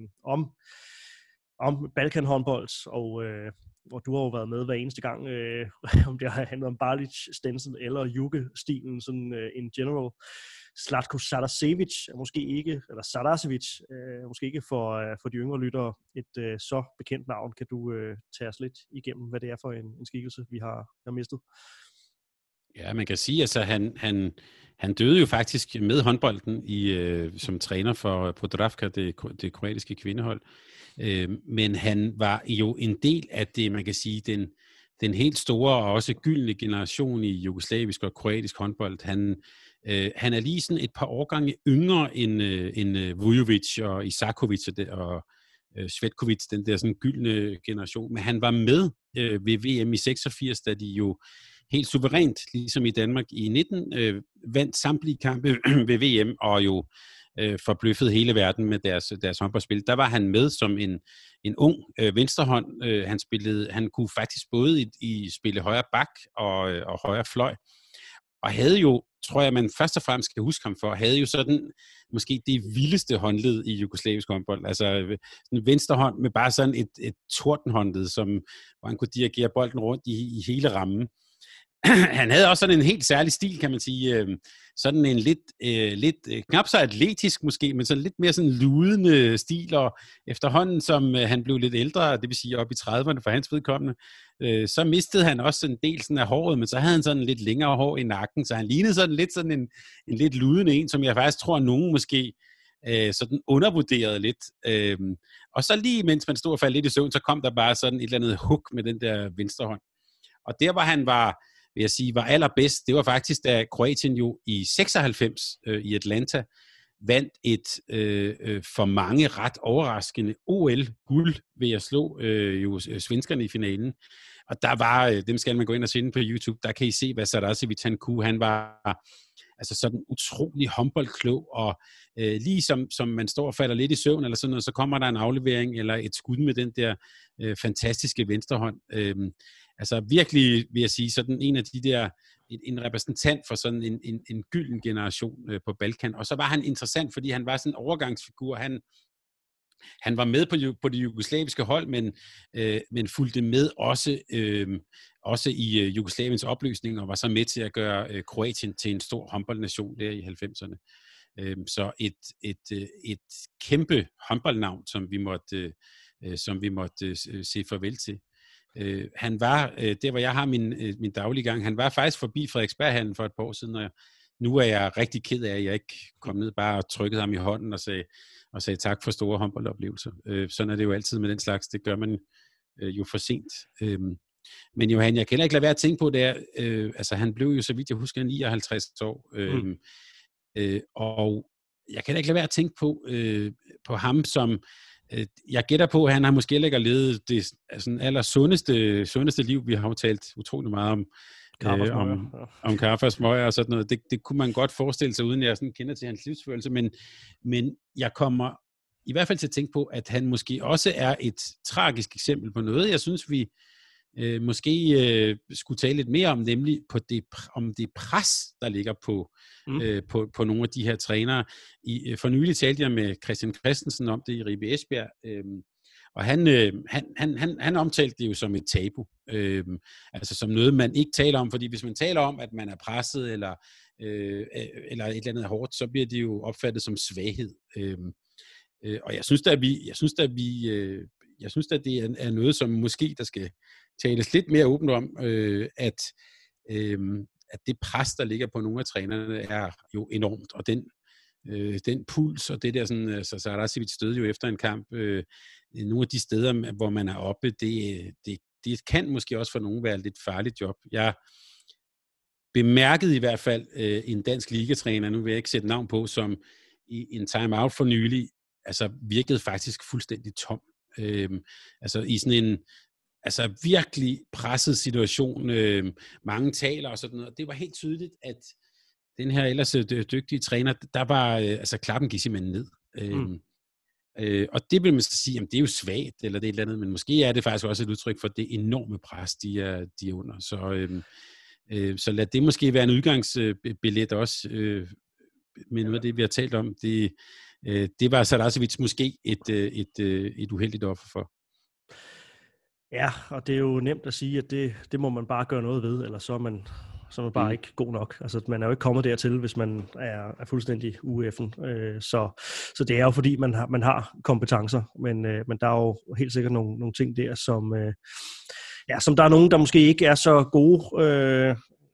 om Balkan håndbold, og du har jo været med hver eneste gang, om det har handlet om Balic, Stensen eller Juge-stilen sådan in general. Zlatko Sarasevic er måske ikke for de yngre lyttere et så bekendt navn. Kan du tage os lidt igennem, hvad det er for en skikkelse, vi har mistet? Ja, man kan sige, altså han døde jo faktisk med håndbolden som træner for Podravka, det kroatiske kvindehold. Men han var jo en del af det, man kan sige, den helt store og også gyldne generation i jugoslavisk og kroatisk håndbold. Han er lige sådan et par årgange yngre end Vujovic og Isakovic og Svetkovic, den der sådan gyldne generation. Men han var med ved VM i 86, da de jo helt suverænt, ligesom i Danmark i 19, vandt samtlige kampe ved VM og jo forbløffede hele verden med deres håndboldspil. Der var han med som en ung venstrehånd. Han kunne faktisk både i spille højre bak og højre fløj. Og havde jo, tror jeg, man først og fremmest skal huske ham for, havde jo sådan måske det vildeste håndled i jugoslavisk håndbold. Altså en venstrehånd med bare sådan et tordenhåndled, hvor han kunne dirigere bolden rundt i hele rammen. Han havde også sådan en helt særlig stil, kan man sige. Sådan en lidt knap så atletisk måske, men sådan lidt mere sådan ludende stil. Og efterhånden, som han blev lidt ældre, det vil sige op i 30'erne for hans vedkommende, så mistede han også en del sådan af håret, men så havde han sådan lidt længere hår i nakken, så han lignede sådan lidt sådan en lidt ludende en, som jeg faktisk tror, nogen måske sådan undervurderede lidt. Og så lige mens man stod og faldt lidt i søvn, så kom der bare sådan et eller andet hook med den der venstre hånd. Og der, hvor han vil jeg sige, var allerbedst, det var faktisk, da Kroatien jo i 96 i Atlanta vandt et for mange ret overraskende OL-guld ved at slå svenskerne i finalen. Og der var, dem skal man gå ind og se på YouTube, der kan I se, hvad Sarajevic han kunne. Han var altså sådan utrolig håndboldklog, og lige som man står og falder lidt i søvn, eller sådan noget, så kommer der en aflevering eller et skud med den der fantastiske venstrehånd. Altså virkelig, vil jeg sige, sådan en af de der, en repræsentant for sådan en gylden generation på Balkan. Og så var han interessant, fordi han var sådan en overgangsfigur. Han var med på det jugoslaviske hold, men fulgte med også i Jugoslaviens opløsning, og var så med til at gøre Kroatien til en stor håndboldnation der i 90'erne. Så et kæmpe håndboldnavn, som vi måtte se farvel til. Han var, der hvor jeg har min daglige gang, han var faktisk forbi Frederiksberghallen for et par år siden, og nu er jeg rigtig ked af, at jeg ikke kom ned bare og trykkede ham i hånden og sagde tak for store håndboldoplevelser. Sådan er det jo altid med den slags, det gør man jo for sent. Men Johan, jeg kan heller ikke lade være at tænke på det, altså han blev jo, så vidt jeg husker, 59 år, og jeg kan ikke lade være at tænke på ham som, jeg gætter på, at han har måske ikke levet det sådan aller sundeste liv. Vi har jo talt utrolig meget om kaffe og smøger og sådan noget. Det kunne man godt forestille sig, uden jeg sådan kender til hans livsførelse, men jeg kommer i hvert fald til at tænke på, at han måske også er et tragisk eksempel på noget, jeg synes, vi måske skulle tale lidt mere om, nemlig om det pres, der ligger på nogle af de her trænere. For nylig talte jeg med Christian Christensen om det i Ribe Esbjerg, og han omtalte det jo som et tabu, altså som noget, man ikke taler om, fordi hvis man taler om, at man er presset eller et eller andet hårdt, så bliver det jo opfattet som svaghed. Og jeg synes at det er noget, som måske der skal tales lidt mere åbent om, at det pres, der ligger på nogle af trænerne, er jo enormt, og den puls og det der sådan, så Sarajevic stød jo efter en kamp, nogle af de steder, hvor man er oppe, det kan måske også for nogen være et lidt farligt job. Jeg bemærkede i hvert fald en dansk ligatræner, nu vil jeg ikke sætte navn på, som i en time-out for nylig, altså virkede faktisk fuldstændig tom. Altså i sådan en virkelig presset situation, mange taler og sådan noget. Det var helt tydeligt, at den her ellers dygtige træner, der var, klappen gik simpelthen ned. Og det vil man så sige, jamen det er jo svagt, eller det er et eller andet, men måske er det faktisk også et udtryk for det enorme pres, de er under. Så lad det måske være en udgangsbillet også, med noget af det, vi har talt om. Det var Sarajevic måske et uheldigt offer for. Ja, og det er jo nemt at sige, at det må man bare gøre noget ved, eller så er man bare ikke god nok. Altså, man er jo ikke kommet dertil, hvis man er fuldstændig UEF'en. Så det er jo fordi, man har kompetencer, men der er jo helt sikkert nogle ting der, som der er nogen, der måske ikke er så gode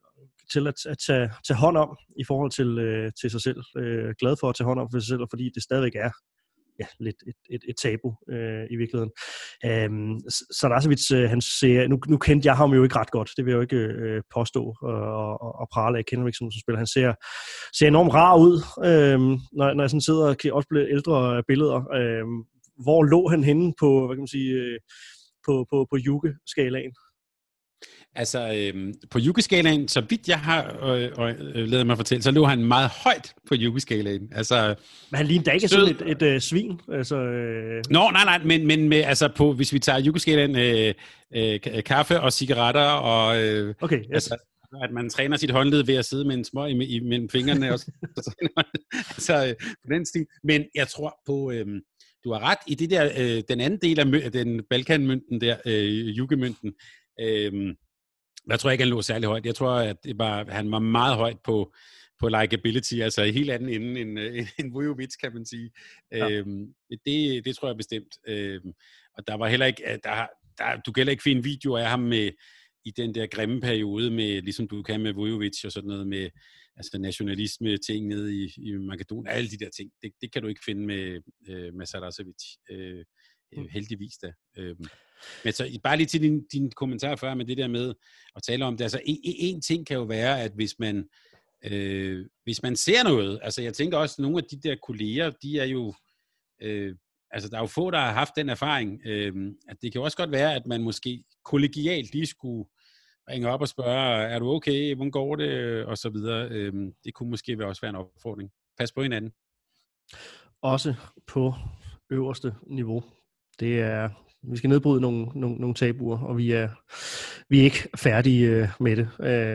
til at tage hånd om i forhold til sig selv. Glad for at tage hånd om for sig selv, fordi det stadigvæk er lidt et tabu i virkeligheden. Sarasevich, han ser, nu kendte jeg ham jo ikke ret godt, det vil jeg jo ikke påstå og prale af. Jeg kender ikke som spiller. Han ser enormt rar ud, når jeg sådan sidder og også bliver ældre billeder. Hvor lå han henne på, hvad kan man sige, på Juke-skalaen? Altså, på Juke-skalaen, så vidt jeg har ladet mig fortælle, så lå han meget højt på Juke-skalaen. Altså, men han lignede da ikke sådan et svin? Altså, nej, men med, altså hvis vi tager Juke-skalaen, kaffe og cigaretter, og okay, yes. Altså, at man træner sit håndled ved at sidde med en smøg mellem fingrene, og så på den stil. Men jeg tror på... du har ret i det der, den anden del af den Balkanmønten der, Juke-mønten, der tror jeg ikke, han lå særlig højt. Jeg tror, at han var meget højt på likability, altså i helt anden ende end Vujovic, kan man sige. Ja. Det tror jeg bestemt. Og der var heller ikke, du kan heller ikke finde videoer af ham med i den der grimme periode, med, ligesom du kan med Vujovic og sådan noget med altså nationalisme ting nede i Makedonien, alle de der ting. Det kan du ikke finde med Sarasevich. Heldigvis da. Men så bare lige til din kommentar før med det der med at tale om det. Altså en ting kan jo være, at hvis man ser noget, altså jeg tænker også, at nogle af de der kolleger, de er jo, altså der er jo få, der har haft den erfaring, at det kan også godt være, at man måske kollegialt lige skulle ringe op og spørge, er du okay, hvordan går det, og så videre. Det kunne måske også være en opfordring. Pas på hinanden. Også på øverste niveau. Det er, vi skal nedbryde nogle tabuer, og vi er ikke færdige med det.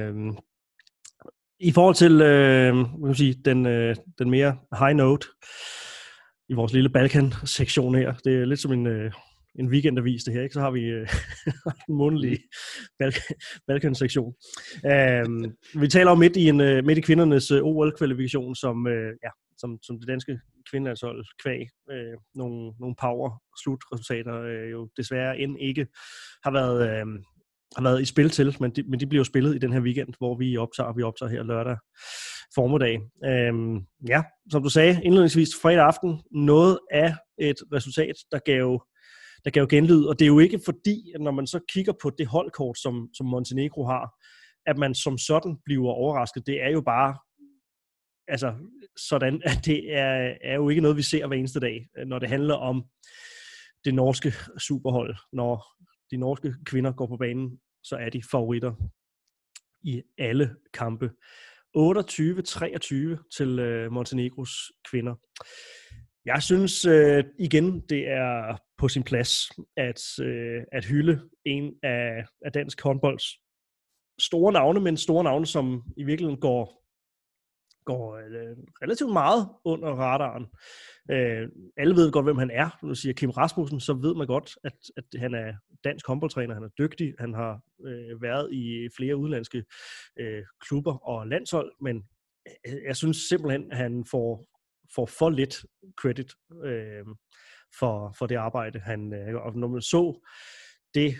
I forhold til man kan sige, den mere high note i vores lille Balkan-sektion her, det er lidt som en weekendavis det her, ikke? Så har vi en månedlig Balkan-sektion. Vi taler om midt i kvindernes OL-kvalifikation, som det danske kvindelandshold kvæg nogle power-slutresultater jo desværre end ikke har været i spil til, men de bliver jo spillet i den her weekend, hvor vi optager her lørdag formiddag. Som du sagde indledningsvis, fredag aften, noget af et resultat, der gav genlyd, og det er jo ikke fordi, at når man så kigger på det holdkort, som Montenegro har, at man som sådan bliver overrasket. Det er jo bare altså sådan, at det er jo ikke noget, vi ser hver eneste dag, når det handler om det norske superhold. Når de norske kvinder går på banen, så er de favoritter i alle kampe. 28-23 til Montenegros kvinder. Jeg synes igen, det er på sin plads at hylde en af dansk håndbolds store navne, men store navne, som i virkeligheden går relativt meget under radaren. Alle ved godt, hvem han er. Når du siger Kim Rasmussen, så ved man godt, at han er dansk håndboldtræner. Han er dygtig. Han har været i flere udenlandske klubber og landshold, men jeg synes simpelthen, at han får for lidt credit for det arbejde. Og når man så det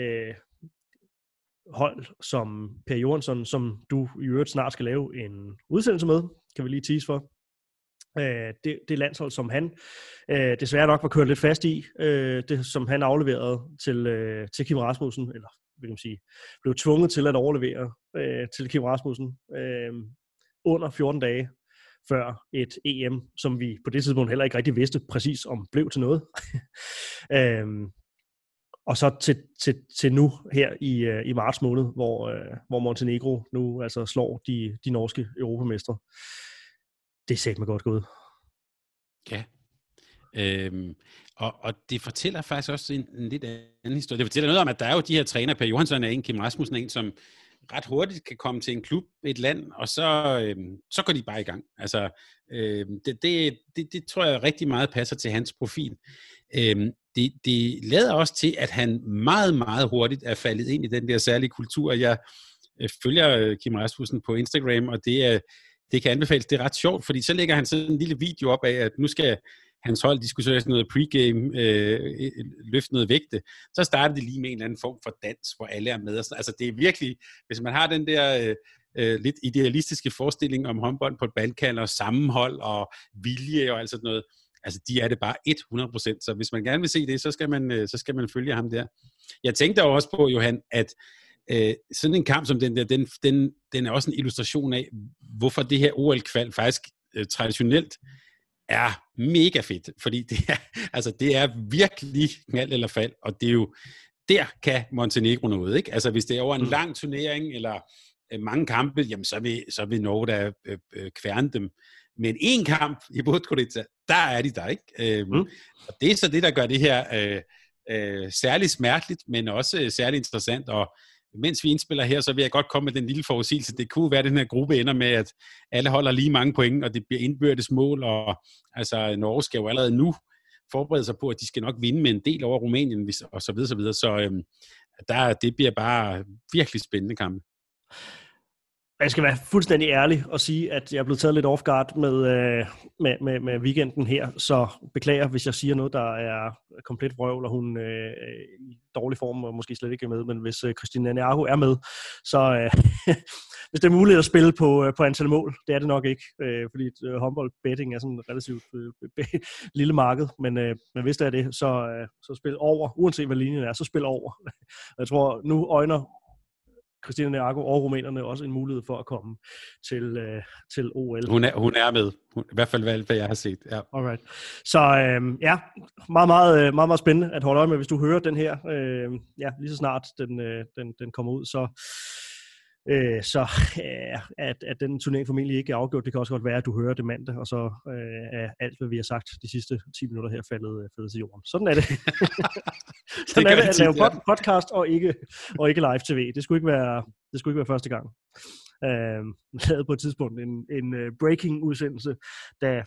hold som Per Johansson, som du i øvrigt snart skal lave en udsendelse med, kan vi lige tease for. Det landshold, som han desværre nok var kørt lidt fast i, det som han afleverede til Kim Rasmussen, eller vil man sige, blev tvunget til at overlevere til Kim Rasmussen under 14 dage før et EM, som vi på det tidspunkt heller ikke rigtig vidste præcis om blev til noget. Og så til nu her i marts måned, hvor Montenegro nu altså slår de norske europamestre. Det ser mig godt gået. Ja. Og det fortæller faktisk også en lidt anden historie. Det fortæller noget om, at der er jo de her træner, Per Johansson er en, Kim Rasmussen er en, som ret hurtigt kan komme til en klub, et land, og så går de bare i gang. Altså, det tror jeg rigtig meget passer til hans profil. Det lader også til, at han meget, meget hurtigt er faldet ind i den der særlige kultur. Jeg følger Kim Rasmussen på Instagram, og det kan anbefales. Det er ret sjovt, fordi så lægger han sådan en lille video op af, at nu skal hans hold, de skulle søge sådan noget pregame, løfte noget vægte, så startede de lige med en eller anden form for dans, hvor alle er med. Altså det er virkelig, hvis man har den der lidt idealistiske forestilling om håndbold på et Balkan, og sammenhold og vilje og alt sådan noget, altså de er det bare 100%, så hvis man gerne vil se det, så skal man følge ham der. Jeg tænkte også på, Johan, at sådan en kamp som den der, den er også en illustration af, hvorfor det her OL-kval faktisk traditionelt er mega fedt, fordi det er virkelig knald eller fald, og det er jo, der kan Montenegro noget, ikke? Altså hvis det er over en lang turnering, eller mange kampe, jamen så vil Norge da kværne dem. Men en kamp i Podgorica, der er de der, ikke? Og det er så det, der gør det her særligt smerteligt, men også særligt interessant, og mens vi indspiller her, så vil jeg godt komme med den lille forudsigelse. Det kunne være, at den her gruppe ender med, at alle holder lige mange point, og det bliver indbyrdes mål, og altså Norge skal jo allerede nu forberede sig på, at de skal nok vinde med en del over Rumænien, og så videre, så videre. Så det bliver bare virkelig spændende kampe. Jeg skal være fuldstændig ærlig og sige, at jeg er blevet taget lidt off guard med weekenden her, så beklager, hvis jeg siger noget, der er komplet vrøvl, og hun i dårlig form og måske slet ikke er med, men hvis Christine Niarco er med, så hvis det er muligt at spille på antal mål, det er det nok ikke, fordi håndboldbetting er sådan et relativt lille marked, men hvis det er det, så spil over, uanset hvad linjen er, så spil over. Jeg tror, nu øjner Christine Niarco og rumænerne også en mulighed for at komme til OL. Hun er med. I hvert fald, hvad jeg har set. Ja. Alright. Så meget spændende at holde øje med, hvis du hører den her, lige så snart den kommer ud, at den turnering formentlig ikke er afgjort. Det kan også godt være, at du hører det mandag, og så er alt, hvad vi har sagt de sidste 10 minutter her faldet til jorden. Sådan er det. Sådan er det at lave podcast og ikke live tv. Det skulle ikke være første gang. Jeg havde på et tidspunkt en breaking udsendelse, da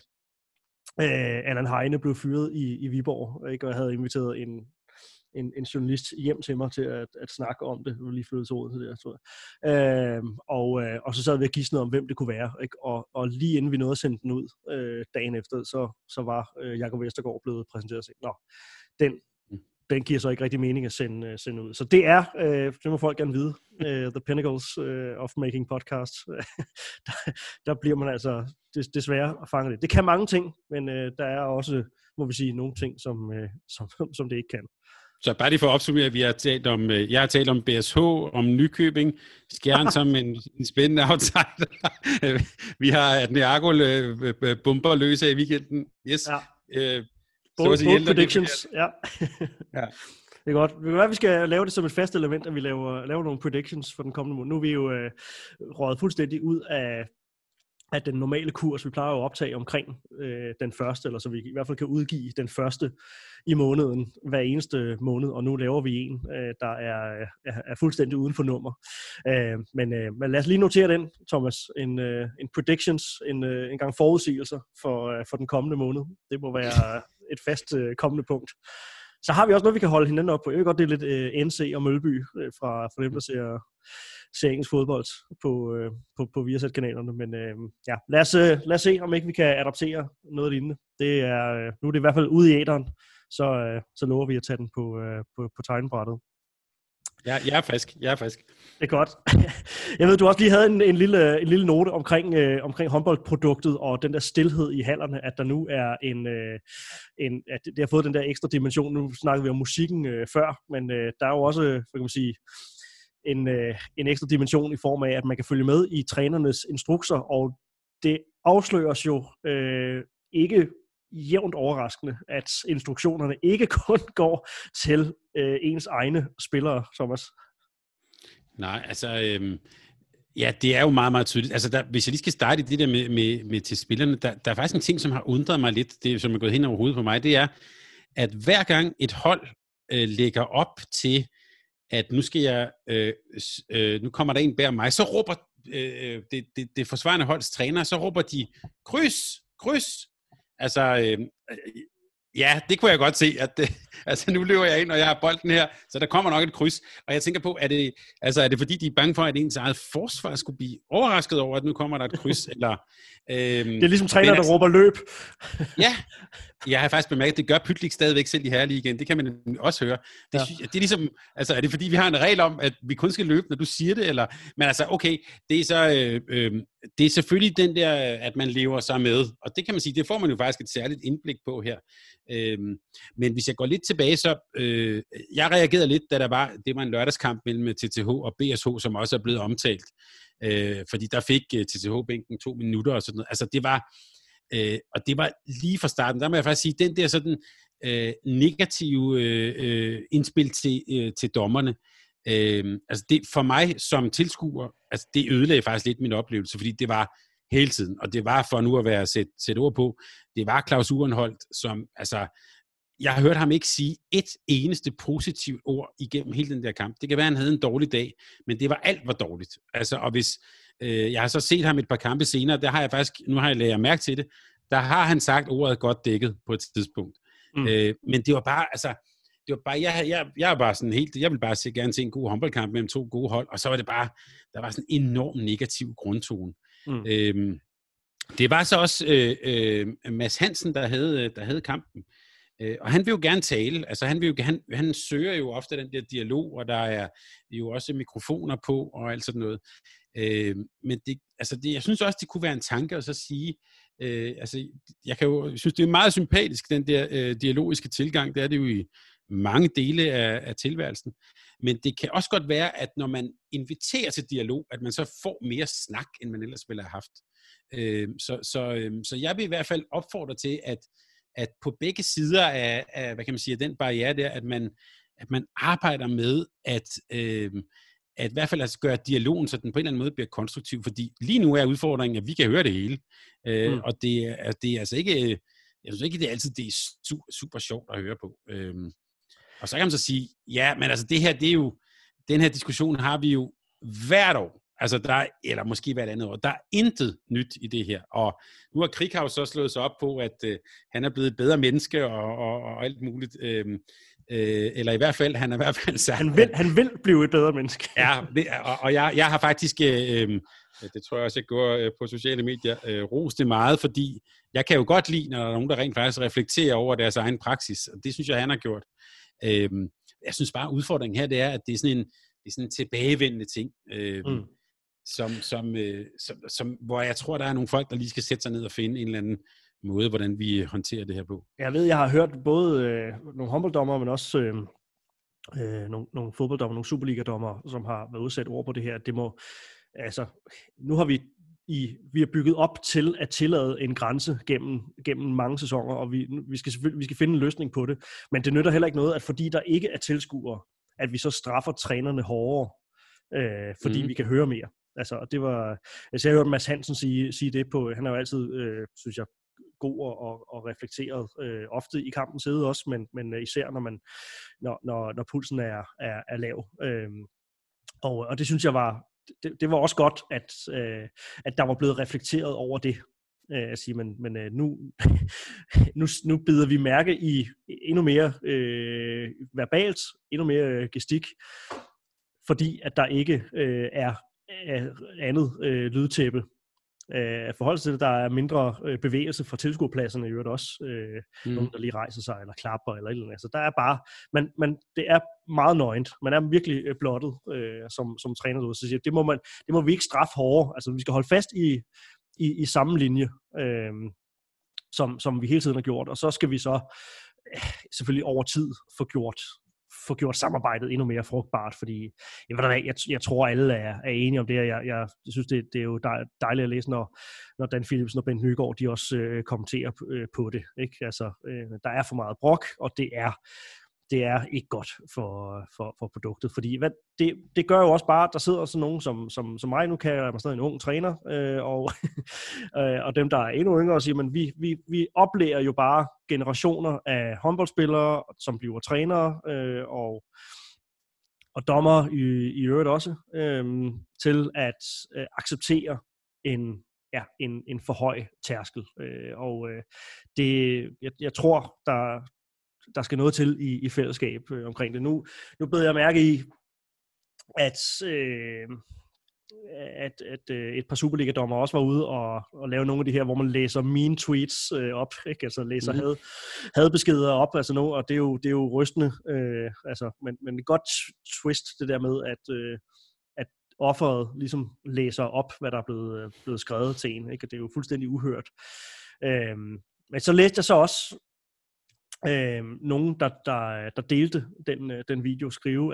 Allan Heine blev fyret i Viborg, ikke? Og jeg havde inviteret en journalist hjem til mig til at snakke om det. Jeg var lige flyttet til Odense der, tror jeg. Og så sad vi og gisnede om, hvem det kunne være. Ikke? Og lige inden vi nåede at sende den ud dagen efter, så var Jakob Vestergaard blevet præsenteret og sagt, den giver så ikke rigtig mening at sende ud. Så det må folk gerne vide, the pinnacles of making podcasts. der bliver man altså desværre at fange det. Det kan mange ting, men der er også, må vi sige, nogle ting, som det ikke kan. Så bare lige for at opsummere, jeg har talt om BSH, om Nykøbing, Skjern som en spændende outsider. Vi har Niarco bomber løse i weekenden. Yes. Ja. Bold predictions, ja. Det er godt. Det kan være, at vi skal lave det som et fast element, at vi laver nogle predictions for den kommende måned. Nu er vi jo røget fuldstændig ud af den normale kurs. Vi plejer jo at optage omkring den første, eller så vi i hvert fald kan udgive den første i måneden, hver eneste måned, og nu laver vi en, der er fuldstændig uden for nummer. Men lad os lige notere den, Thomas. En predictions, en gang forudsigelser for den kommende måned. Det må være et fast kommende punkt. Så har vi også noget, vi kan holde hinanden op på. Jeg ved godt, det er lidt NC og Mølby fra dem, der ser engelsk fodbold på Viasat-kanalerne. Men lad os se, om ikke vi kan adaptere noget lignende. Nu er det i hvert fald ude i æteren, så lover vi at tage den på tegnebrættet. Ja, jeg er frisk. Det er godt. Jeg ved, du også lige havde en lille note omkring håndboldproduktet og den der stilhed i hallerne, at der nu er at det har fået den der ekstra dimension. Nu snakkede vi om musikken før, men der er jo også, hvad kan man sige, en ekstra dimension i form af, at man kan følge med i trænernes instrukser, og det afsløres jo ikke jævnt overraskende, at instruktionerne ikke kun går til ens egne spillere, Thomas. Nej, altså, det er jo meget, meget tydeligt. Altså, hvis jeg lige skal starte i det der med til spillerne, der er faktisk en ting, som har undret mig lidt, det som er gået hen over hovedet på mig, det er, at hver gang et hold lægger op til, at nu skal jeg, nu kommer der en bag mig, så råber det forsvarende holds træner, så råber de, kryds! Altså, det kunne jeg godt se, at Altså, nu løber jeg ind, og jeg har bolden her, så der kommer nok et kryds. Og jeg tænker på, er det fordi, de er bange for, at ens eget forsvar skulle blive overrasket over, at nu kommer der et kryds? Eller, det er ligesom træner, der råber løb. Ja, jeg har faktisk bemærket, at det gør Pytlik stadigvæk selv i herlige igen. Det kan man også høre. Det er ligesom, altså, er det fordi, vi har en regel om, at vi kun skal løbe, når du siger det? Eller, men altså, okay, det er så, det er selvfølgelig den der, at man lever sig med. Og det kan man sige, det får man jo faktisk et særligt indblik på her. Men hvis jeg går lidt tilbage, så jeg reagerede lidt, da det var en lørdagskamp mellem TTH og BSH, som også er blevet omtalt. Fordi der fik TTH-bænken 2 minutter og sådan noget. Altså, og det var lige fra starten, der må jeg faktisk sige, den der sådan negative indspil til dommerne, altså det for mig som tilskuer, altså det ødelagde faktisk lidt min oplevelse, fordi det var hele tiden, og det var for nu at være sæt ord på, det var Claus Urenholdt, som, altså, jeg har hørt ham ikke sige et eneste positivt ord igennem hele den der kamp. Det kan være, han havde en dårlig dag, men det var alt var dårligt. Altså, og hvis jeg har så set ham et par kampe senere, der har jeg faktisk, nu har jeg lagt mærke til det, der har han sagt ordet godt dækket på et tidspunkt. Men det var bare, altså, jeg er bare sådan helt, jeg vil bare gerne se en god håndboldkamp mellem 2 gode hold, og så var det bare, der var sådan en enorm negativ grundtone. Det var så også Mads Hansen, der havde kampen. Og han vil jo gerne tale, altså han søger jo ofte den der dialog, og der er jo også mikrofoner på og alt sådan noget. Men jeg synes også, det kunne være en tanke at så sige, jeg synes, det er meget sympatisk, den der dialogiske tilgang, det er det jo i mange dele af tilværelsen. Men det kan også godt være, at når man inviterer til dialog, at man så får mere snak, end man ellers ville have haft. Så jeg vil i hvert fald opfordre til, at på begge sider af hvad kan man sige, den barriere der, at man arbejder med at i hvert fald at gøre dialogen, så den på en eller anden måde bliver konstruktiv, fordi lige nu er udfordringen, at vi kan høre det hele, og det er altså ikke, jeg synes ikke, det er altid det er super sjovt at høre på. Og så kan man så sige, ja, men altså det her, det er jo, den her diskussion har vi jo hvert år, altså eller måske hvert andet år, der er intet nyt i det her, og nu har Krikhaus så slået sig op på, at han er blevet et bedre menneske, og alt muligt, eller i hvert fald, han er i hvert fald sagt, han vil blive et bedre menneske. Ja, og jeg har faktisk, det tror jeg også, jeg går på sociale medier, rost det meget, fordi jeg kan jo godt lide, når der er nogen, der rent faktisk reflekterer over deres egen praksis, og det synes jeg, han har gjort. Jeg synes bare, udfordringen her, det er, at det er sådan en tilbagevendende ting, hvor jeg tror, der er nogle folk, der lige skal sætte sig ned og finde en eller anden måde, hvordan vi håndterer det her på. Jeg har hørt både nogle håndbolddommer, men også nogle fodbolddommer, nogle Superliga-dommer, som har været udsat ord på det her. Det må, altså, nu har vi har bygget op til at tillade en grænse gennem mange sæsoner, og vi skal finde en løsning på det. Men det nytter heller ikke noget, at fordi der ikke er tilskuere, at vi så straffer trænerne hårdere, fordi vi kan høre mere. Altså, det var, jeg har hørt Mads Hansen sige det på, han er jo altid, synes jeg, god og reflekteret, ofte i kampens side også, men især når pulsen er lav. Og det synes jeg var, det var også godt, at der var blevet reflekteret over det. At sige, men nu bider vi mærke i endnu mere verbalt, endnu mere gestik, fordi at der ikke er andet lydtæppe. Forhold til det, der er mindre bevægelse fra tilskuerpladserne i øvrigt også. Nogen, der lige rejser sig, eller klapper, eller et eller andet. Altså, der er bare, det er meget nøgent. Man er virkelig blottet som træner derude. Så siger, det må vi ikke straffe hårdere. Altså, vi skal holde fast i samme linje, som vi hele tiden har gjort. Og så skal vi så selvfølgelig over tid få gjort samarbejdet endnu mere frugtbart, fordi jeg tror, alle er enige om det, og jeg synes, det er jo dejligt at læse, når Dan Philipsen og Bent Nygaard, de også kommenterer på det. Ikke? Altså, der er for meget brok, og det er ikke godt for produktet, fordi det gør jo også bare, at der sidder sådan nogen som mig, nu kan jeg stadig en ung træner, og dem, der er endnu yngre, og siger, men vi oplærer jo bare generationer af håndboldspillere, som bliver trænere, og dommer i øvrigt også, til at acceptere en for høj tærskel. Jeg tror, der skal noget til i fællesskab omkring det. Nu bed jeg mærke i, at et par Superliga-dommer også var ude og lave nogle af de her, hvor man læser mean tweets op, ikke? Altså læser hadbeskeder op, altså nu, og det er jo rystende, men et godt twist, det der med, at offeret ligesom læser op, hvad der er blevet skrevet til en, ikke? Det er jo fuldstændig uhørt. Men så læste jeg så også nogen, der delte den video, skrive,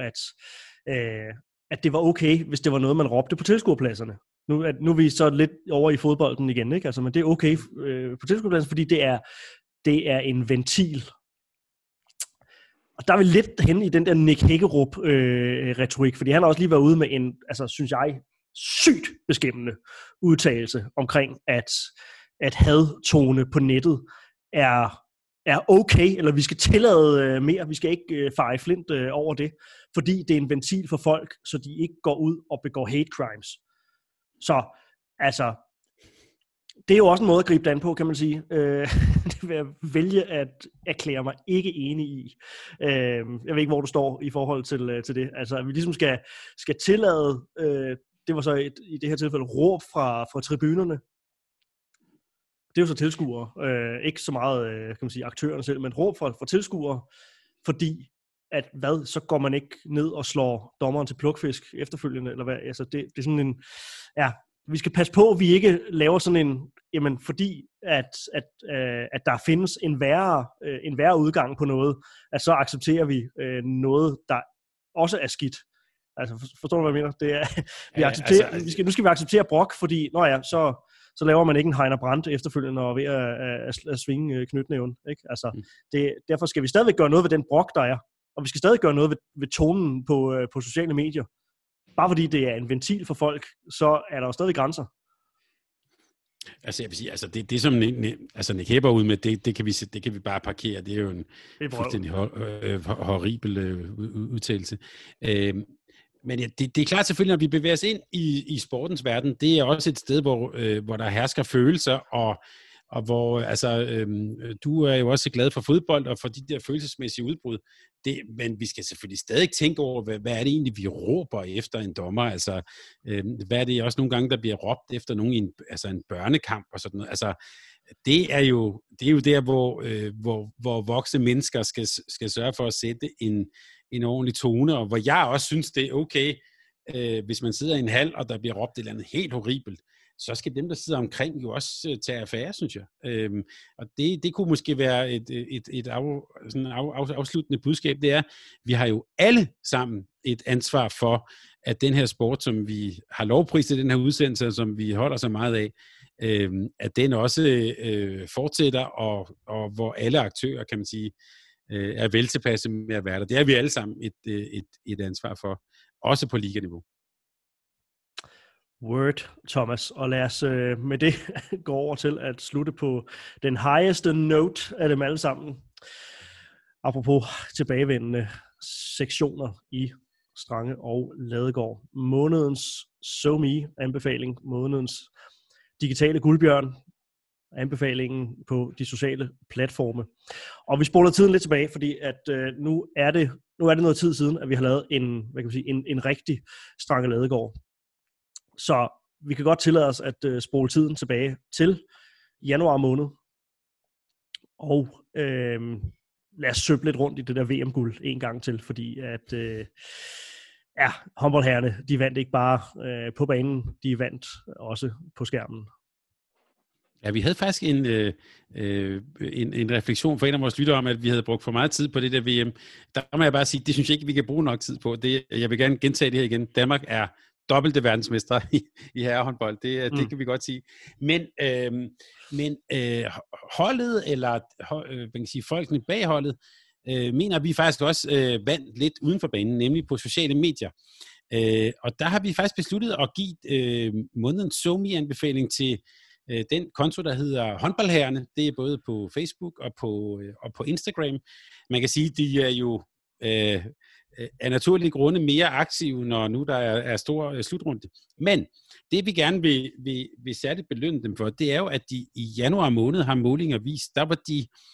at det var okay, hvis det var noget, man råbte på tilskuerpladserne. Nu er vi så lidt over i fodbolden igen, ikke? Altså, men det er okay på tilskuerpladserne, fordi det er en ventil. Og der er vi lidt hen i den der Nick Hækkerup-retorik, fordi han har også lige været ude med en, altså synes jeg, sygt beskæmmende udtalelse omkring, at hadtone på nettet er okay, eller vi skal tillade mere, vi skal ikke fare i flint over det, fordi det er en ventil for folk, så de ikke går ud og begår hate crimes. Så, altså, det er jo også en måde at gribe det an på, kan man sige. Det vil jeg vælge at erklære mig ikke enig i. Jeg ved ikke, hvor du står i forhold til det. Altså, at vi ligesom skal tillade, det var så i det her tilfælde, råb fra tribunerne. Det er jo så tilskuere, ikke så meget, kan man sige, aktørerne selv, men råb fra tilskuere, fordi at så går man ikke ned og slår dommeren til plukfisk efterfølgende, eller hvad? Altså det er sådan en, ja, vi skal passe på, at vi ikke laver sådan en, jamen fordi at der findes en værre udgang på noget, at så accepterer vi noget, der også er skidt. Altså forstår du, hvad jeg mener? Det er, nu skal vi acceptere brok, fordi så laver man ikke en Heiner Brandt efterfølgende og ved at svinge knytnæven. Ikke? Altså, derfor skal vi stadigvæk gøre noget ved den brok, der er. Og vi skal stadig gøre noget ved tonen på sociale medier. Bare fordi det er en ventil for folk, så er der jo stadig grænser. Altså jeg vil sige, altså det som Nick Hæber ud med, det kan vi bare parkere. Det er jo en fuldstændig horribel udtalelse. Men ja, det er klart selvfølgelig, når vi bevæger os ind i sportens verden, det er også et sted, hvor der hersker følelser, og hvor, du er jo også glad for fodbold, og for de der følelsesmæssige udbrud. Men vi skal selvfølgelig stadig tænke over, hvad er det egentlig, vi råber efter en dommer? Altså, hvad er det også nogle gange, der bliver råbt efter nogen i en børnekamp og sådan noget? Altså, det er jo der, hvor voksne mennesker skal sørge for at sætte en ordentlig tone, og hvor jeg også synes, det er okay, hvis man sidder i en hal, og der bliver råbt et eller andet helt horribelt, så skal dem, der sidder omkring, jo også tage affære, synes jeg. Og det kunne måske være et afsluttende budskab, det er, vi har jo alle sammen et ansvar for, at den her sport, som vi har lovprist i den her udsendelse, som vi holder så meget af, at den også fortsætter, og hvor alle aktører, kan man sige, er vel tilpasset med at være der. Det er vi alle sammen et ansvar for, også på liganiveau. Word, Thomas. Og lad os med det gå over til at slutte på den highest note af dem alle sammen. Apropos tilbagevendende sektioner i Strange og Ladegaard. Månedens SoMe-anbefaling, månedens digitale guldbjørn, anbefalingen på de sociale platforme. Og vi spoler tiden lidt tilbage, fordi at nu er det noget tid siden, at vi har lavet en rigtig Strange Ladegaard. Så vi kan godt tillade os at spole tiden tilbage til januar måned. Og lad os søbe lidt rundt i det der VM-guld en gang til, fordi at håndboldherrerne, de vandt ikke bare på banen, de vandt også på skærmen. Ja, vi havde faktisk en refleksion for en af vores lyttere om, at vi havde brugt for meget tid på det der VM. Der må jeg bare sige, det synes jeg ikke, vi kan bruge nok tid på. Jeg vil gerne gentage det her igen. Danmark er dobbelte verdensmestre i herrehåndbold. Det kan vi godt sige. Men holdet, eller man kan sige, folkene bag holdet, mener vi faktisk også vandt lidt uden for banen, nemlig på sociale medier. Og der har vi faktisk besluttet at give månedens SoMe-anbefaling til den konto, der hedder Håndboldherrerne. Det er både på Facebook og på Instagram. Man kan sige, de er jo af naturlige grunde mere aktive, når nu der er stor slutrunde. Men det vi gerne vil særligt belønne dem for, det er jo, at de i januar måned har målinger vist, der var de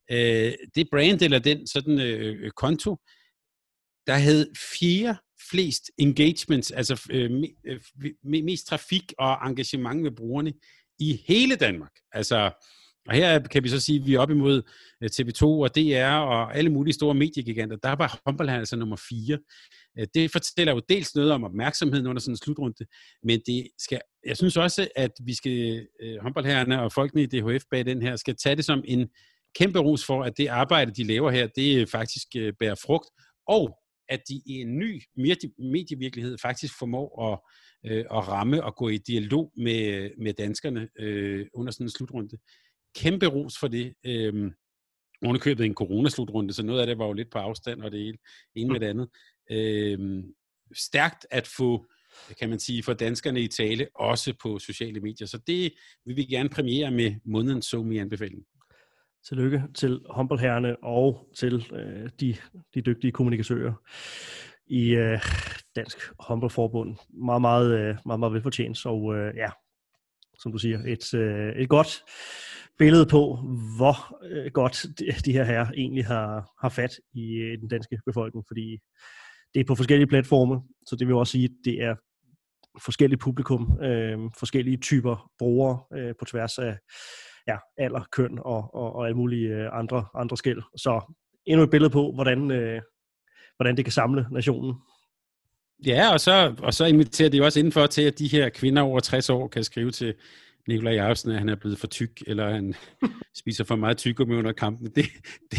det brand eller den sådan konto, der havde 4 flest engagements, altså mest trafik og engagement med brugerne i hele Danmark. Altså, og her kan vi så sige, at vi er op imod TV2 og DR og alle mulige store mediegiganter. Der var håndboldherrerne altså nummer 4. Det fortæller jo dels noget om opmærksomheden under sådan en slutrunde, men jeg synes også, at vi skal, håndboldherrerne og folkene i DHF bag den her, skal tage det som en kæmpe ros for, at det arbejde, de laver her, det faktisk bærer frugt, og at de i en ny medievirkelighed faktisk formår at ramme og gå i dialog med danskerne under sådan en slutrunde. Kæmpe ros for det. Underkøbet en coronaslutrunde, så noget af det var jo lidt på afstand, og det ene med det andet. Stærkt at få, kan man sige, for danskerne i tale, også på sociale medier. Så det vil vi gerne premiere med månedens SoMe-anbefaling. Tillykke til håndboldherrerne og til de dygtige kommunikatører i Dansk Håndboldforbund. Meget velfortjent. Og ja, som du siger, et godt billede på, hvor godt de her herrer egentlig har fat i den danske befolkning, fordi det er på forskellige platforme, så det vil også sige, at det er forskellige publikum, forskellige typer brugere på tværs af alder, køn og alle mulige andre skel. Så endnu et billede på, hvordan det kan samle nationen. Ja, og så inviterer de også indenfor til, at de her kvinder over 60 år kan skrive til Nikolaj Jacobsen, at han er blevet for tyk, eller han spiser for meget tyggegummi under kampen. Det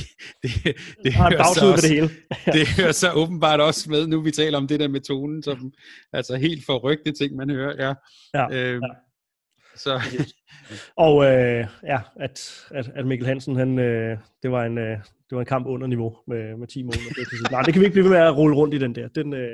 hører så åbenbart også med, nu vi taler om det der med tonen, som altså helt forrygte ting, man hører. Ja. Så. Og at Mikkel Hansen, det var en kamp under niveau med 10 måneder. Nej, det kan vi ikke blive ved med at rulle rundt i den der.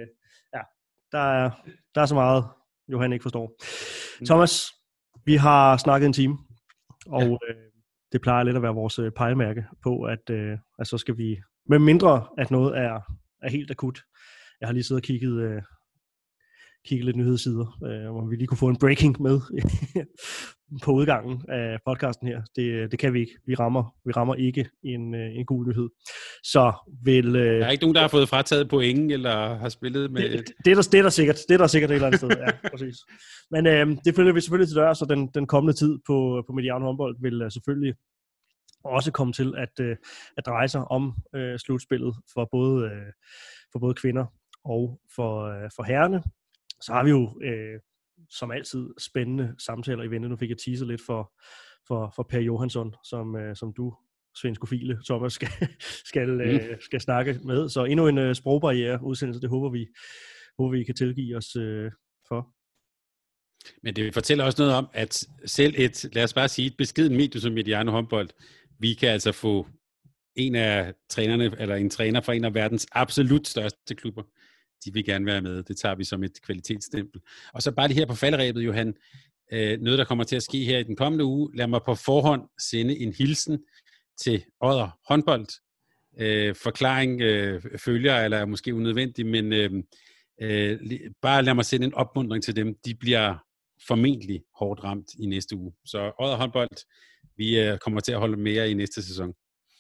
Der er så meget, Johan ikke forstår. Thomas, vi har snakket en time, og det plejer lidt at være vores pejlemærke på, at så skal vi, med mindre at noget er helt akut. Jeg har lige siddet og kigget lidt nyhedssider, hvor vi lige kunne få en breaking med på udgangen af podcasten her. Det kan vi ikke. Vi rammer ikke en god nyhed. Så vil... Der er ikke nogen, der har fået frataget point, eller har spillet med... Det er der sikkert. Det er der sikkert et eller andet sted. Ja, præcis. Men det følger vi selvfølgelig til dør, så den kommende tid på Mediano Håndbold vil selvfølgelig også komme til at dreje sig om slutspillet for både kvinder og for herrerne. Så har vi jo som altid spændende samtaler i vente. Nu fik jeg teaser lidt for Per Johansson, som du, Svend Skofile, Thomas, skal snakke med. Så endnu en sprogbarriere-udsendelse, det håber vi kan tilgive os for. Men det fortæller også noget om, at selv lad os bare sige, et beskeden medie som Mediano Håndbold, vi kan altså få en af trænerne, eller en træner fra en af verdens absolut største klubber. De vil gerne være med. Det tager vi som et kvalitetsstempel. Og så bare lige her på falderæbet, Johan. Noget, der kommer til at ske her i den kommende uge. Lad mig på forhånd sende en hilsen til Odder Håndbold. Forklaring følger, eller er måske unødvendig, men bare lad mig sende en opmuntring til dem. De bliver formentlig hårdt ramt i næste uge. Så Odder Håndbold, vi kommer til at holde mere i næste sæson.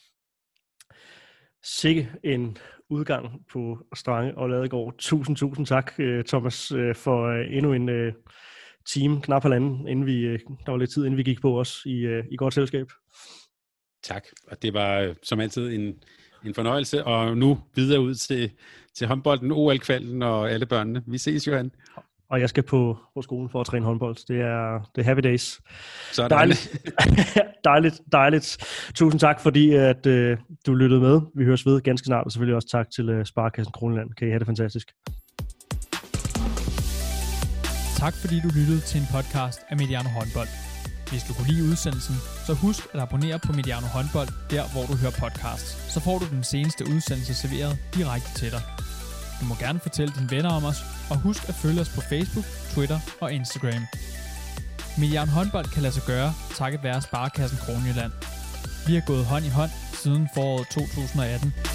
Sikke en udgang på Strange og Ladegaard. Tusind tak, Thomas, for endnu en time, knap halvanden, der var lidt tid, inden vi gik på os i godt selskab. Tak, og det var som altid en fornøjelse, og nu videre ud til håndbolden, OL-kvalden og alle børnene. Vi ses, Johan. Og jeg skal på skolen for at træne håndbold. Det er happy days. Sådan. Dejligt. Tusind tak, fordi at du lyttede med. Vi høres ved ganske snart, og selvfølgelig også tak til Sparekassen Kroneland. Kan I have det fantastisk. Tak fordi du lyttede til en podcast af Mediano Håndbold. Hvis du kunne lide udsendelsen, så husk at abonnere på Mediano Håndbold, der hvor du hører podcasts. Så får du den seneste udsendelse serveret direkte til dig. Du må gerne fortælle dine venner om os, og husk at følge os på Facebook, Twitter og Instagram. Mediano Håndbold kan lade sig gøre, takket være Sparekassen Kronjylland. Vi har gået hånd i hånd siden foråret 2018.